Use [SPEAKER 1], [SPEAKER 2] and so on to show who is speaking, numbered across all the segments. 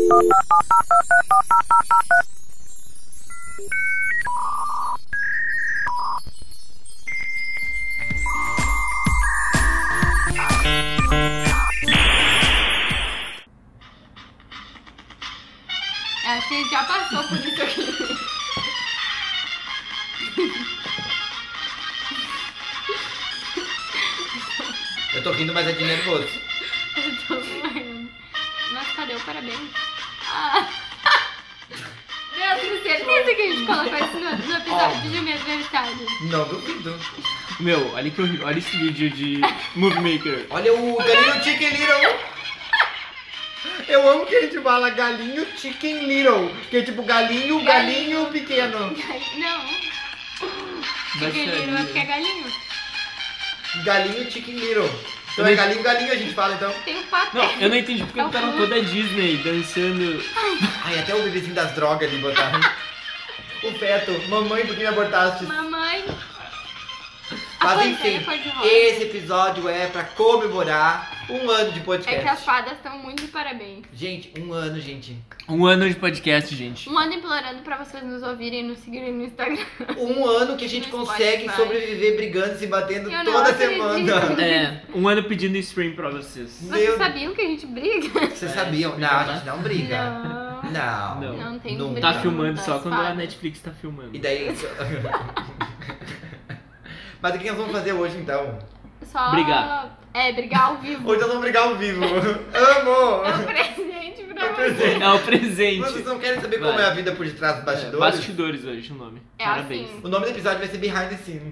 [SPEAKER 1] Acho que a gente já passou por isso aqui.
[SPEAKER 2] Eu tô rindo, mas é de nervoso.
[SPEAKER 1] Eu tô rindo. Nossa, cadê o parabéns? Ah. Meu, tenho certeza que a gente colocou isso no episódio de meu aniversário.
[SPEAKER 2] Não duvido.
[SPEAKER 3] Meu, olha que horrível. Olha esse vídeo de Movie Maker.
[SPEAKER 2] Olha o galinho Chicken Little. Eu amo que a gente fala galinho Chicken Little. Que é tipo galinho pequeno.
[SPEAKER 1] Não. Chicken Little é porque é galinho.
[SPEAKER 2] Galinho Chicken Little. Então é galinho, a gente fala então.
[SPEAKER 1] Tem um paté.
[SPEAKER 3] Não, eu não entendi porque botaram toda a Disney dançando.
[SPEAKER 2] Ai, até o bebezinho das drogas ali botaram. O feto. Mamãe, por que me abortaste?
[SPEAKER 1] Mamãe.
[SPEAKER 2] Mas
[SPEAKER 1] A
[SPEAKER 2] enfim,
[SPEAKER 1] cor de rosa.
[SPEAKER 2] esse episódio é pra comemorar 1 ano de
[SPEAKER 1] É
[SPEAKER 2] podcast.
[SPEAKER 1] que as fadas estão muito de parabéns.
[SPEAKER 2] Gente, 1 ano, gente.
[SPEAKER 3] 1 ano de podcast, gente.
[SPEAKER 1] Um ano implorando pra vocês nos ouvirem e nos seguirem no Instagram.
[SPEAKER 2] 1 ano que a gente
[SPEAKER 1] No
[SPEAKER 2] consegue
[SPEAKER 1] Spotify.
[SPEAKER 2] sobreviver brigando e se batendo
[SPEAKER 1] Eu não
[SPEAKER 2] toda
[SPEAKER 1] acredito.
[SPEAKER 2] semana.
[SPEAKER 3] É, 1 ano pedindo stream pra vocês.
[SPEAKER 1] Vocês sabiam que a gente briga?
[SPEAKER 2] Vocês sabiam? Não, a gente não briga.
[SPEAKER 1] Não.
[SPEAKER 2] Não.
[SPEAKER 1] Não tem
[SPEAKER 2] Nunca.
[SPEAKER 1] briga.
[SPEAKER 3] Tá filmando
[SPEAKER 1] das
[SPEAKER 3] só quando a
[SPEAKER 1] fadas.
[SPEAKER 3] Netflix tá filmando.
[SPEAKER 2] E daí... Mas o que nós vamos fazer hoje então?
[SPEAKER 1] Só...
[SPEAKER 3] Brigar.
[SPEAKER 1] É, brigar ao vivo.
[SPEAKER 2] Hoje nós vamos brigar ao vivo.
[SPEAKER 1] É
[SPEAKER 2] Amo!
[SPEAKER 1] um presente pra
[SPEAKER 2] É um
[SPEAKER 1] vocês.
[SPEAKER 2] presente.
[SPEAKER 3] É o presente.
[SPEAKER 2] Vocês não querem saber como
[SPEAKER 3] Vai.
[SPEAKER 2] é a vida por detrás dos bastidores?
[SPEAKER 3] Bastidores hoje o nome.
[SPEAKER 1] É
[SPEAKER 3] Parabéns.
[SPEAKER 1] assim.
[SPEAKER 2] O nome do episódio vai ser Behind the Scenes.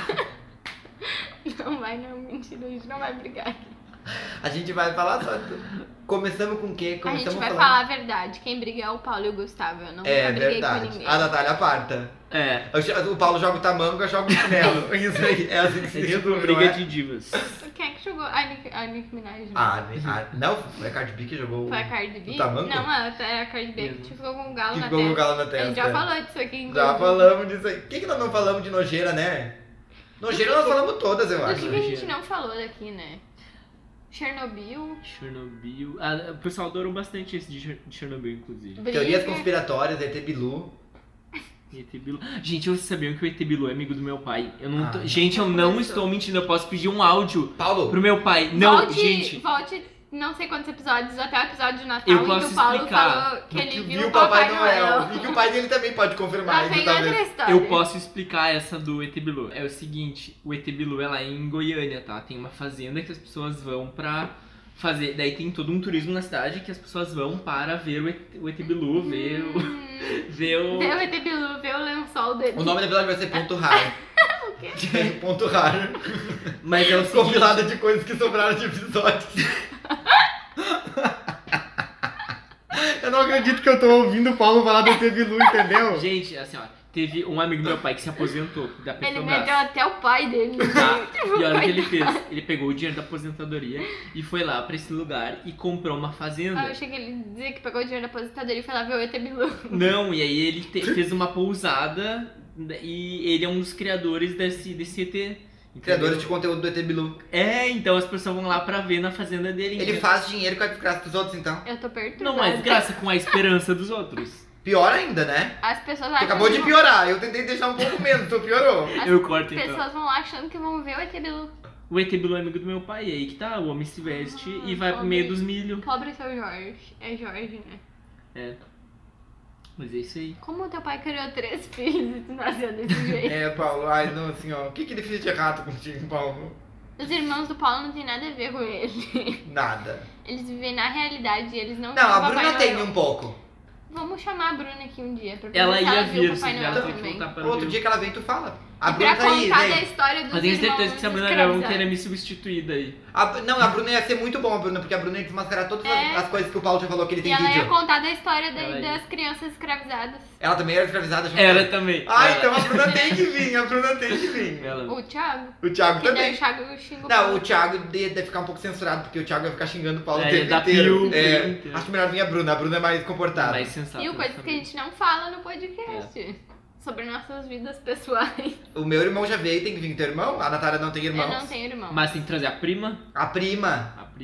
[SPEAKER 1] Não vai, não, mentira, a gente não vai brigar aqui.
[SPEAKER 2] A gente vai falar só... Começamos com o quê?
[SPEAKER 1] A gente
[SPEAKER 2] Começamos
[SPEAKER 1] vai
[SPEAKER 2] falando-
[SPEAKER 1] falar a verdade. Quem briga é o Paulo e o Gustavo. Eu não
[SPEAKER 2] É
[SPEAKER 1] nunca briguei com
[SPEAKER 2] verdade.
[SPEAKER 1] ninguém.
[SPEAKER 2] A Natália aparta.
[SPEAKER 3] É.
[SPEAKER 2] O Paulo joga o tamanco, eu jogo o chinelo. Isso aí, é assim que se
[SPEAKER 3] É tipo
[SPEAKER 2] resume,
[SPEAKER 3] briga
[SPEAKER 2] não é?
[SPEAKER 3] de divas.
[SPEAKER 1] Quem é que jogou? A Nicki Minaj. né?
[SPEAKER 2] Não, foi a Cardi B que jogou
[SPEAKER 1] Foi a Cardi B?
[SPEAKER 2] o tamanco?
[SPEAKER 1] Não, a Cardi B
[SPEAKER 3] Mesmo.
[SPEAKER 1] que ficou com um galo
[SPEAKER 2] Que
[SPEAKER 1] na
[SPEAKER 2] ficou com o
[SPEAKER 1] testa.
[SPEAKER 2] galo na
[SPEAKER 1] A
[SPEAKER 2] testa.
[SPEAKER 1] gente já falou disso aqui, inclusive.
[SPEAKER 2] Já falamos disso aí. O que nós não falamos de nojeira, né? Nojeira nós falamos todas, eu
[SPEAKER 1] Do
[SPEAKER 2] acho.
[SPEAKER 1] que a gente não falou daqui, né? Chernobyl.
[SPEAKER 3] Chernobyl. Ah, o pessoal adorou bastante esse de Chernobyl, inclusive.
[SPEAKER 2] Teorias
[SPEAKER 1] briga.
[SPEAKER 2] conspiratórias, ET Bilu.
[SPEAKER 3] ET Bilu. Gente, vocês sabiam que o ET Bilu é amigo do meu pai? Eu não tô...
[SPEAKER 2] Ah.
[SPEAKER 3] Gente, eu não
[SPEAKER 1] Começou.
[SPEAKER 3] estou mentindo. Eu posso pedir um áudio
[SPEAKER 2] Paulo,
[SPEAKER 3] pro meu pai. Não,
[SPEAKER 1] Volte,
[SPEAKER 3] gente.
[SPEAKER 1] volte não sei quantos episódios, até o episódio de Natal,
[SPEAKER 3] Eu
[SPEAKER 1] em
[SPEAKER 3] posso
[SPEAKER 1] que o Paulo
[SPEAKER 3] explicar.
[SPEAKER 1] falou que ele
[SPEAKER 2] viu
[SPEAKER 1] viu
[SPEAKER 2] o Papai
[SPEAKER 1] Noel.
[SPEAKER 2] Noel. E que o pai dele também pode confirmar
[SPEAKER 1] Lá
[SPEAKER 2] isso,
[SPEAKER 1] vem outra
[SPEAKER 2] talvez.
[SPEAKER 1] história.
[SPEAKER 3] Eu posso explicar essa do ET Bilu. É o seguinte, o ET Bilu é lá em Goiânia, tá? Tem uma fazenda que as pessoas vão pra fazer... Daí tem todo um turismo na cidade que as pessoas vão para ver o ET Bilu, ver o... ver o...
[SPEAKER 1] Vê o ET Bilu, vê o lençol dele.
[SPEAKER 2] O nome do episódio vai ser Ponto Raro.
[SPEAKER 1] O quê?
[SPEAKER 2] Ponto Raro.
[SPEAKER 3] Mas é o seguinte...
[SPEAKER 2] Compilada de coisas que sobraram de episódios. Eu não acredito que eu tô ouvindo o Paulo falar do ET Bilu, entendeu?
[SPEAKER 3] Gente, assim, ó, teve um amigo do meu pai que se aposentou da
[SPEAKER 1] Ele
[SPEAKER 3] Petrobras.
[SPEAKER 1] meteu até o pai dele.
[SPEAKER 3] Tá?
[SPEAKER 1] Tipo,
[SPEAKER 3] E olha o que ele
[SPEAKER 1] coitado.
[SPEAKER 3] fez. Ele pegou o dinheiro da aposentadoria e foi lá pra esse lugar e comprou uma fazenda.
[SPEAKER 1] Ah, eu achei que ele dizia que pegou o dinheiro da aposentadoria e foi lá ver o ET Bilu.
[SPEAKER 3] Não, e aí ele fez uma pousada e ele é um dos criadores desse ET. entendeu?
[SPEAKER 2] Criadores de conteúdo do ET Bilu.
[SPEAKER 3] É, então as pessoas vão lá pra ver na fazenda dele.
[SPEAKER 2] Ele
[SPEAKER 3] entendeu?
[SPEAKER 2] faz dinheiro com a desgraça dos outros, então.
[SPEAKER 1] Eu tô perturbada.
[SPEAKER 3] Não, mas graça com a esperança dos outros.
[SPEAKER 2] Pior ainda, né?
[SPEAKER 1] As pessoas
[SPEAKER 2] Tu
[SPEAKER 1] acham
[SPEAKER 2] acabou
[SPEAKER 1] que
[SPEAKER 2] de
[SPEAKER 1] vão-
[SPEAKER 2] piorar. Eu tentei deixar um pouco menos, tu piorou.
[SPEAKER 1] As
[SPEAKER 3] Eu corto então.
[SPEAKER 1] pessoas vão lá achando que vão ver o ET Bilu.
[SPEAKER 3] O ET Bilu é amigo do meu pai, e aí que tá, o homem se veste e vai pro meio dos milho.
[SPEAKER 1] Pobre seu Jorge. É Jorge, né?
[SPEAKER 3] É. Mas é isso aí.
[SPEAKER 1] Como o teu pai criou 3 filhos e tu nasceu desse jeito?
[SPEAKER 2] É, Paulo, ai, não, assim, ó. O que ele fez de errado contigo, Paulo?
[SPEAKER 1] Os irmãos do Paulo não tem nada a ver com ele.
[SPEAKER 2] Nada.
[SPEAKER 1] Eles vivem na realidade e eles não
[SPEAKER 2] Não,
[SPEAKER 1] veem o
[SPEAKER 2] a
[SPEAKER 1] Papai
[SPEAKER 2] Bruna tem
[SPEAKER 1] Noel.
[SPEAKER 2] um pouco.
[SPEAKER 1] Vamos chamar a Bruna aqui um dia pra ver
[SPEAKER 3] Ela
[SPEAKER 1] se
[SPEAKER 3] ia
[SPEAKER 1] ela viu
[SPEAKER 3] vir,
[SPEAKER 1] o
[SPEAKER 3] se
[SPEAKER 1] Papai Noel
[SPEAKER 3] ela tem que
[SPEAKER 1] também.
[SPEAKER 3] voltar para o
[SPEAKER 2] Outro
[SPEAKER 3] Rio.
[SPEAKER 2] dia que ela vem, tu fala. A
[SPEAKER 1] E
[SPEAKER 2] Bruna
[SPEAKER 1] pra
[SPEAKER 2] tá aí,
[SPEAKER 1] contar da
[SPEAKER 2] vem.
[SPEAKER 1] história dos
[SPEAKER 3] Mas tenho certeza
[SPEAKER 1] irmãos
[SPEAKER 3] que se a Bruna não
[SPEAKER 1] escravizados.
[SPEAKER 3] querer me substituir daí.
[SPEAKER 2] Não, a Bruna ia ser muito bom, a Bruna, porque a Bruna ia desmascarar todas
[SPEAKER 1] É.
[SPEAKER 2] as coisas que o Paulo já falou que ele
[SPEAKER 1] E
[SPEAKER 2] tem
[SPEAKER 1] ela ia
[SPEAKER 2] vídeo.
[SPEAKER 1] contar da história
[SPEAKER 3] Ela ia.
[SPEAKER 1] das crianças escravizadas.
[SPEAKER 2] Ela também era escravizada, já
[SPEAKER 3] Ela
[SPEAKER 2] foi.
[SPEAKER 3] também.
[SPEAKER 2] Ah,
[SPEAKER 3] Ela-
[SPEAKER 2] então a Bruna tem que vir, a Bruna tem que vir.
[SPEAKER 3] Ela...
[SPEAKER 1] O Thiago.
[SPEAKER 2] O Thiago
[SPEAKER 1] Que daí
[SPEAKER 2] também.
[SPEAKER 1] o Thiago xinga o
[SPEAKER 2] Não,
[SPEAKER 1] Paulo.
[SPEAKER 2] o Thiago deve ficar um pouco censurado, porque o Thiago vai ficar xingando o Paulo
[SPEAKER 3] É,
[SPEAKER 2] o tempo
[SPEAKER 3] dá
[SPEAKER 2] inteiro.
[SPEAKER 3] pio o
[SPEAKER 2] É,
[SPEAKER 3] tempo inteiro.
[SPEAKER 2] acho melhor vir a Bruna é mais comportada.
[SPEAKER 3] Mais sensato.
[SPEAKER 1] E coisas que a gente não fala no podcast. Sobre nossas vidas pessoais.
[SPEAKER 2] O meu irmão já veio, tem que vir teu irmão? A Natália não tem irmãos.
[SPEAKER 1] Eu não tenho irmão.
[SPEAKER 3] Mas tem que trazer a prima.
[SPEAKER 2] A prima.
[SPEAKER 3] A prima.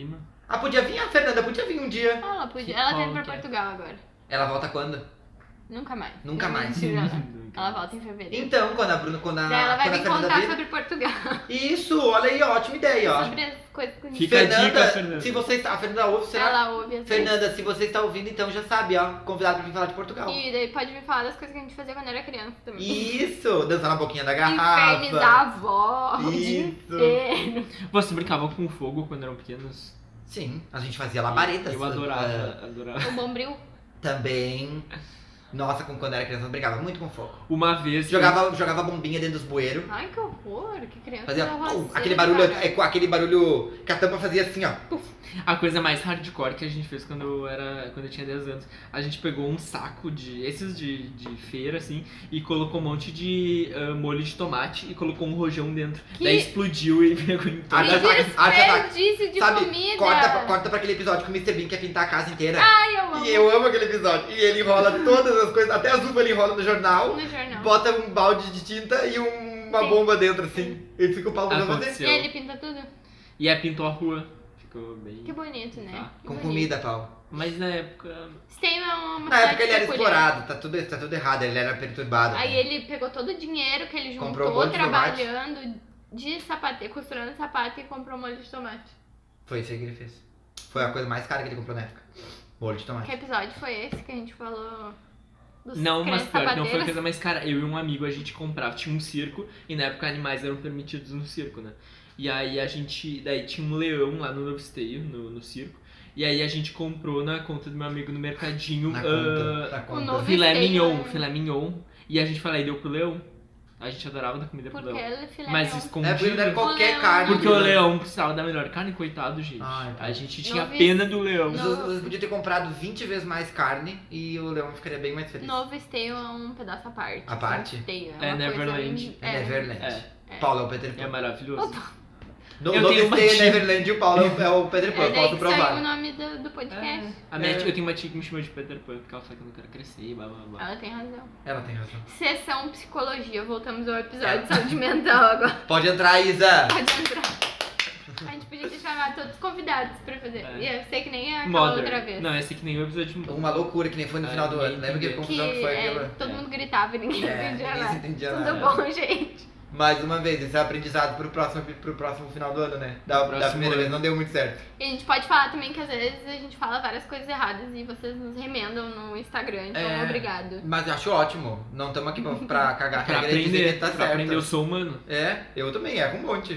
[SPEAKER 2] Ah, podia vir? A Fernanda podia vir um dia.
[SPEAKER 1] Ela podia. Ela tá indo pra
[SPEAKER 3] Qual que é?
[SPEAKER 1] Portugal agora.
[SPEAKER 2] Ela volta quando?
[SPEAKER 1] Nunca mais.
[SPEAKER 2] Nunca
[SPEAKER 1] Não,
[SPEAKER 2] mais.
[SPEAKER 1] mentira, ela volta em fevereiro.
[SPEAKER 2] Então, quando a Bruna,
[SPEAKER 1] Daí ela vai
[SPEAKER 2] quando a
[SPEAKER 1] vir
[SPEAKER 2] Fernanda
[SPEAKER 1] contar
[SPEAKER 2] vir...
[SPEAKER 1] sobre Portugal.
[SPEAKER 2] Isso, olha aí, ótima ideia, ó.
[SPEAKER 1] Sobre as coisas que a gente
[SPEAKER 3] Fica a
[SPEAKER 2] Fernanda,
[SPEAKER 3] dica, Fernanda.
[SPEAKER 2] se você está... A Fernanda ouve, será?
[SPEAKER 1] Ela ouve as
[SPEAKER 2] Fernanda, se você está ouvindo, então já sabe, ó. Convidado pra vir falar de Portugal.
[SPEAKER 1] E daí pode me falar das coisas que a gente fazia quando era criança também.
[SPEAKER 2] Isso, dançar na boquinha da garrafa.
[SPEAKER 1] Infernizar a avó o dia
[SPEAKER 2] Isso.
[SPEAKER 1] inteiro.
[SPEAKER 3] Vocês brincavam com fogo quando eram pequenos?
[SPEAKER 2] Sim, a gente fazia labaredas.
[SPEAKER 3] Eu adorava.
[SPEAKER 1] O bombril.
[SPEAKER 2] Também. Nossa, quando era criança eu brincava muito com fogo.
[SPEAKER 3] Uma vez...
[SPEAKER 2] Jogava bombinha dentro dos bueiros.
[SPEAKER 1] Ai, que horror. Que criança.
[SPEAKER 2] Fazia
[SPEAKER 1] da
[SPEAKER 2] pum,
[SPEAKER 1] roceira,
[SPEAKER 2] aquele barulho,
[SPEAKER 1] cara.
[SPEAKER 2] aquele barulho que a tampa fazia assim, ó.
[SPEAKER 3] A coisa mais hardcore que a gente fez quando eu tinha 10 anos, a gente pegou um saco esses de feira, assim, e colocou um monte de molho de tomate e colocou um rojão dentro.
[SPEAKER 1] Que-
[SPEAKER 3] Daí explodiu e pegou em
[SPEAKER 2] Ah,
[SPEAKER 3] tudo.
[SPEAKER 2] tá.
[SPEAKER 1] Desperdício de
[SPEAKER 2] Sabe,
[SPEAKER 1] comida.
[SPEAKER 2] corta pra aquele episódio que o Mr. Bean quer pintar a casa inteira.
[SPEAKER 1] Ai, eu amo.
[SPEAKER 2] E eu amo aquele episódio. E ele enrola todas as coisas, até as uvas ele enrola no jornal,
[SPEAKER 1] No jornal.
[SPEAKER 2] bota um balde de tinta e uma
[SPEAKER 1] Sim.
[SPEAKER 2] bomba dentro, assim. Ele fica o pau pra fazer.
[SPEAKER 3] Aconteceu.
[SPEAKER 1] E ele pinta tudo.
[SPEAKER 3] E aí pintou a rua. Ficou bem...
[SPEAKER 1] Que bonito, né?
[SPEAKER 3] Tá.
[SPEAKER 1] Que
[SPEAKER 2] Com
[SPEAKER 1] bonito.
[SPEAKER 2] comida, pau.
[SPEAKER 3] Mas na época...
[SPEAKER 1] Stein é uma
[SPEAKER 2] Na
[SPEAKER 1] cidade
[SPEAKER 2] época ele era
[SPEAKER 1] peculiar.
[SPEAKER 2] explorado, tá tudo errado, ele era perturbado.
[SPEAKER 1] Aí ele pegou todo o dinheiro que ele
[SPEAKER 2] Comprou um
[SPEAKER 1] juntou
[SPEAKER 2] monte de tomate.
[SPEAKER 1] trabalhando de sapateiro, costurando sapato e comprou molho de tomate.
[SPEAKER 2] Foi isso aí que ele fez. Foi a coisa mais cara que ele comprou na época. Molho de
[SPEAKER 1] Que
[SPEAKER 2] tomate.
[SPEAKER 1] episódio foi esse que a gente falou dos
[SPEAKER 3] Não, mas
[SPEAKER 1] crianças
[SPEAKER 3] pior que não foi a
[SPEAKER 1] sapateiras?
[SPEAKER 3] coisa mais cara. Eu e um amigo, a gente comprava, tinha um circo, e na época animais eram permitidos no circo, né? E aí daí tinha um leão lá no Novo Esteio, no circo, e aí a gente comprou na conta do meu amigo no mercadinho
[SPEAKER 2] Na
[SPEAKER 1] O
[SPEAKER 2] conta.
[SPEAKER 1] novo-
[SPEAKER 3] filé mignon, e a gente foi lá e deu pro leão. A gente adorava dar comida pro
[SPEAKER 1] Porque
[SPEAKER 3] leão.
[SPEAKER 1] ele é filé
[SPEAKER 3] Mas
[SPEAKER 1] mignon.
[SPEAKER 3] escondido.
[SPEAKER 2] É porque não era qualquer
[SPEAKER 1] O leão.
[SPEAKER 2] carne.
[SPEAKER 3] Porque o leão precisava da melhor carne, coitado, gente.
[SPEAKER 2] Ai, tá.
[SPEAKER 3] A gente tinha
[SPEAKER 1] Novo
[SPEAKER 3] pena do leão.
[SPEAKER 1] Não.
[SPEAKER 2] Vocês podiam ter comprado 20 vezes mais carne e o leão ficaria bem mais feliz.
[SPEAKER 1] Novo Esteio é um pedaço à parte.
[SPEAKER 2] À parte?
[SPEAKER 1] Esteio,
[SPEAKER 3] É
[SPEAKER 1] uma
[SPEAKER 3] Neverland.
[SPEAKER 1] coisa-
[SPEAKER 2] É Neverland.
[SPEAKER 3] É.
[SPEAKER 2] Paulo é o Peter
[SPEAKER 3] É
[SPEAKER 2] Pan.
[SPEAKER 3] maravilhoso.
[SPEAKER 2] No
[SPEAKER 3] Eu
[SPEAKER 2] Novo
[SPEAKER 3] tenho uma
[SPEAKER 2] Esteio é
[SPEAKER 3] tia-
[SPEAKER 2] Neverland e o Paulo é o Peter Pan,
[SPEAKER 1] É daí
[SPEAKER 2] posso
[SPEAKER 1] que saiu o
[SPEAKER 2] provar.
[SPEAKER 1] nome do podcast.
[SPEAKER 3] A minha tia, eu tenho uma tia que me chama de Peter Pan, porque ela fala que eu não quero crescer e blá blá blá.
[SPEAKER 1] Ela tem razão.
[SPEAKER 2] Ela tem razão.
[SPEAKER 1] Sessão psicologia, voltamos ao
[SPEAKER 2] É.
[SPEAKER 1] episódio de saúde mental agora.
[SPEAKER 2] Pode entrar, Isa!
[SPEAKER 1] Pode entrar. A gente podia ter chamado todos os convidados pra fazer.
[SPEAKER 3] É.
[SPEAKER 1] Ia ser que nem aquela outra
[SPEAKER 3] Modern.
[SPEAKER 1] vez.
[SPEAKER 3] Não, esse aqui nem o episódio de
[SPEAKER 2] Uma loucura que nem foi no final do ano. Lembra que
[SPEAKER 3] entendeu.
[SPEAKER 2] confusão que foi aquilo?
[SPEAKER 1] todo mundo gritava e ninguém
[SPEAKER 2] É,
[SPEAKER 1] entendia
[SPEAKER 2] ninguém se
[SPEAKER 1] nada.
[SPEAKER 2] entendia
[SPEAKER 1] Tudo
[SPEAKER 2] nada.
[SPEAKER 1] bom, gente?
[SPEAKER 2] Mais uma vez, esse é aprendizado pro próximo final do ano, né? Da
[SPEAKER 3] Próximo
[SPEAKER 2] primeira
[SPEAKER 3] ano.
[SPEAKER 2] vez não deu muito certo.
[SPEAKER 1] E a gente pode falar também que às vezes a gente fala várias coisas erradas e vocês nos remendam no Instagram, então
[SPEAKER 2] É.
[SPEAKER 1] obrigado.
[SPEAKER 2] Mas eu acho ótimo. Não estamos aqui pra cagar
[SPEAKER 3] Pra
[SPEAKER 2] regra e dizer
[SPEAKER 3] aprender,
[SPEAKER 2] que tá
[SPEAKER 3] pra
[SPEAKER 2] certo.
[SPEAKER 3] aprender, eu sou humano.
[SPEAKER 2] É, eu também erro um monte.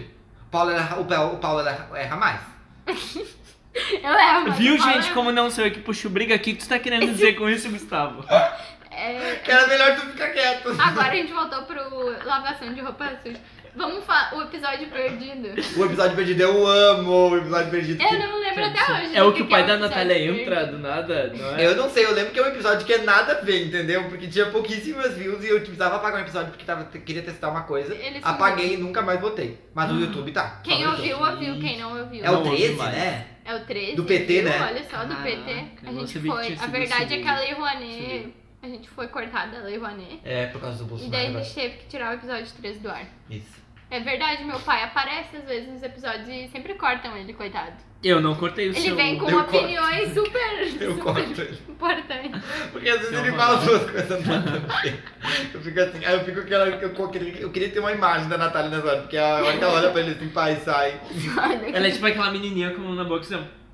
[SPEAKER 2] O Paulo erra mais.
[SPEAKER 1] Eu erro, mas
[SPEAKER 3] Viu,
[SPEAKER 1] eu falo,
[SPEAKER 3] gente, como não sou eu que puxo briga aqui? O que tu tá querendo dizer com isso, Gustavo?
[SPEAKER 1] é,
[SPEAKER 2] Que era melhor tu ficar quieto.
[SPEAKER 1] Agora a gente voltou pro lavação de roupa suja. Vamos falar o episódio perdido.
[SPEAKER 2] O episódio perdido, eu amo o episódio perdido.
[SPEAKER 1] Eu não lembro até hoje.
[SPEAKER 3] É
[SPEAKER 1] do
[SPEAKER 3] o que o pai da
[SPEAKER 1] episódio
[SPEAKER 3] Natália
[SPEAKER 1] perdido.
[SPEAKER 3] entra do nada, não é?
[SPEAKER 2] Eu não sei, eu lembro que é um episódio que é nada a ver, entendeu? Porque tinha pouquíssimas views e eu precisava apagar um episódio porque queria testar uma coisa.
[SPEAKER 1] Ele sumiu.
[SPEAKER 2] Apaguei e nunca mais botei. Mas no YouTube tá.
[SPEAKER 1] Quem
[SPEAKER 2] Só no
[SPEAKER 1] ouviu,
[SPEAKER 2] YouTube.
[SPEAKER 1] ouviu. Quem não ouviu.
[SPEAKER 2] É o
[SPEAKER 3] Não ouvi
[SPEAKER 2] 13,
[SPEAKER 3] mais.
[SPEAKER 2] né?
[SPEAKER 1] É o 13.
[SPEAKER 2] Do PT,
[SPEAKER 1] viu?
[SPEAKER 2] né?
[SPEAKER 1] Olha só, do PT.
[SPEAKER 3] Caraca,
[SPEAKER 1] A
[SPEAKER 3] eu não
[SPEAKER 1] gente
[SPEAKER 3] sabia que
[SPEAKER 1] foi.
[SPEAKER 3] tinha
[SPEAKER 1] A
[SPEAKER 3] sido
[SPEAKER 1] verdade é que a Lei
[SPEAKER 3] subido.
[SPEAKER 1] Rouanet. A gente foi cortada da Lei Rouanet.
[SPEAKER 2] É, por causa do
[SPEAKER 1] E
[SPEAKER 2] Bolsonaro.
[SPEAKER 1] daí a
[SPEAKER 2] agora.
[SPEAKER 1] gente teve que tirar o episódio 13 do ar.
[SPEAKER 2] Isso.
[SPEAKER 1] É verdade, meu pai aparece às vezes nos episódios e sempre cortam ele, coitado.
[SPEAKER 3] Eu não cortei o
[SPEAKER 1] Ele
[SPEAKER 3] seu...
[SPEAKER 1] vem com
[SPEAKER 2] Eu
[SPEAKER 1] opiniões
[SPEAKER 2] Eu
[SPEAKER 1] super
[SPEAKER 2] corto ele.
[SPEAKER 1] importantes.
[SPEAKER 2] Porque às vezes
[SPEAKER 3] Seu
[SPEAKER 2] ele fala
[SPEAKER 3] Ronaldo.
[SPEAKER 2] duas coisas nada a ver. Eu fico assim, aí eu fico aquela. Eu queria ter uma imagem da Natália nessa hora, porque a hora que ela olha pra ele assim, pai, sai.
[SPEAKER 3] Ela é tipo aquela menininha com a mão na boca, assim, ó.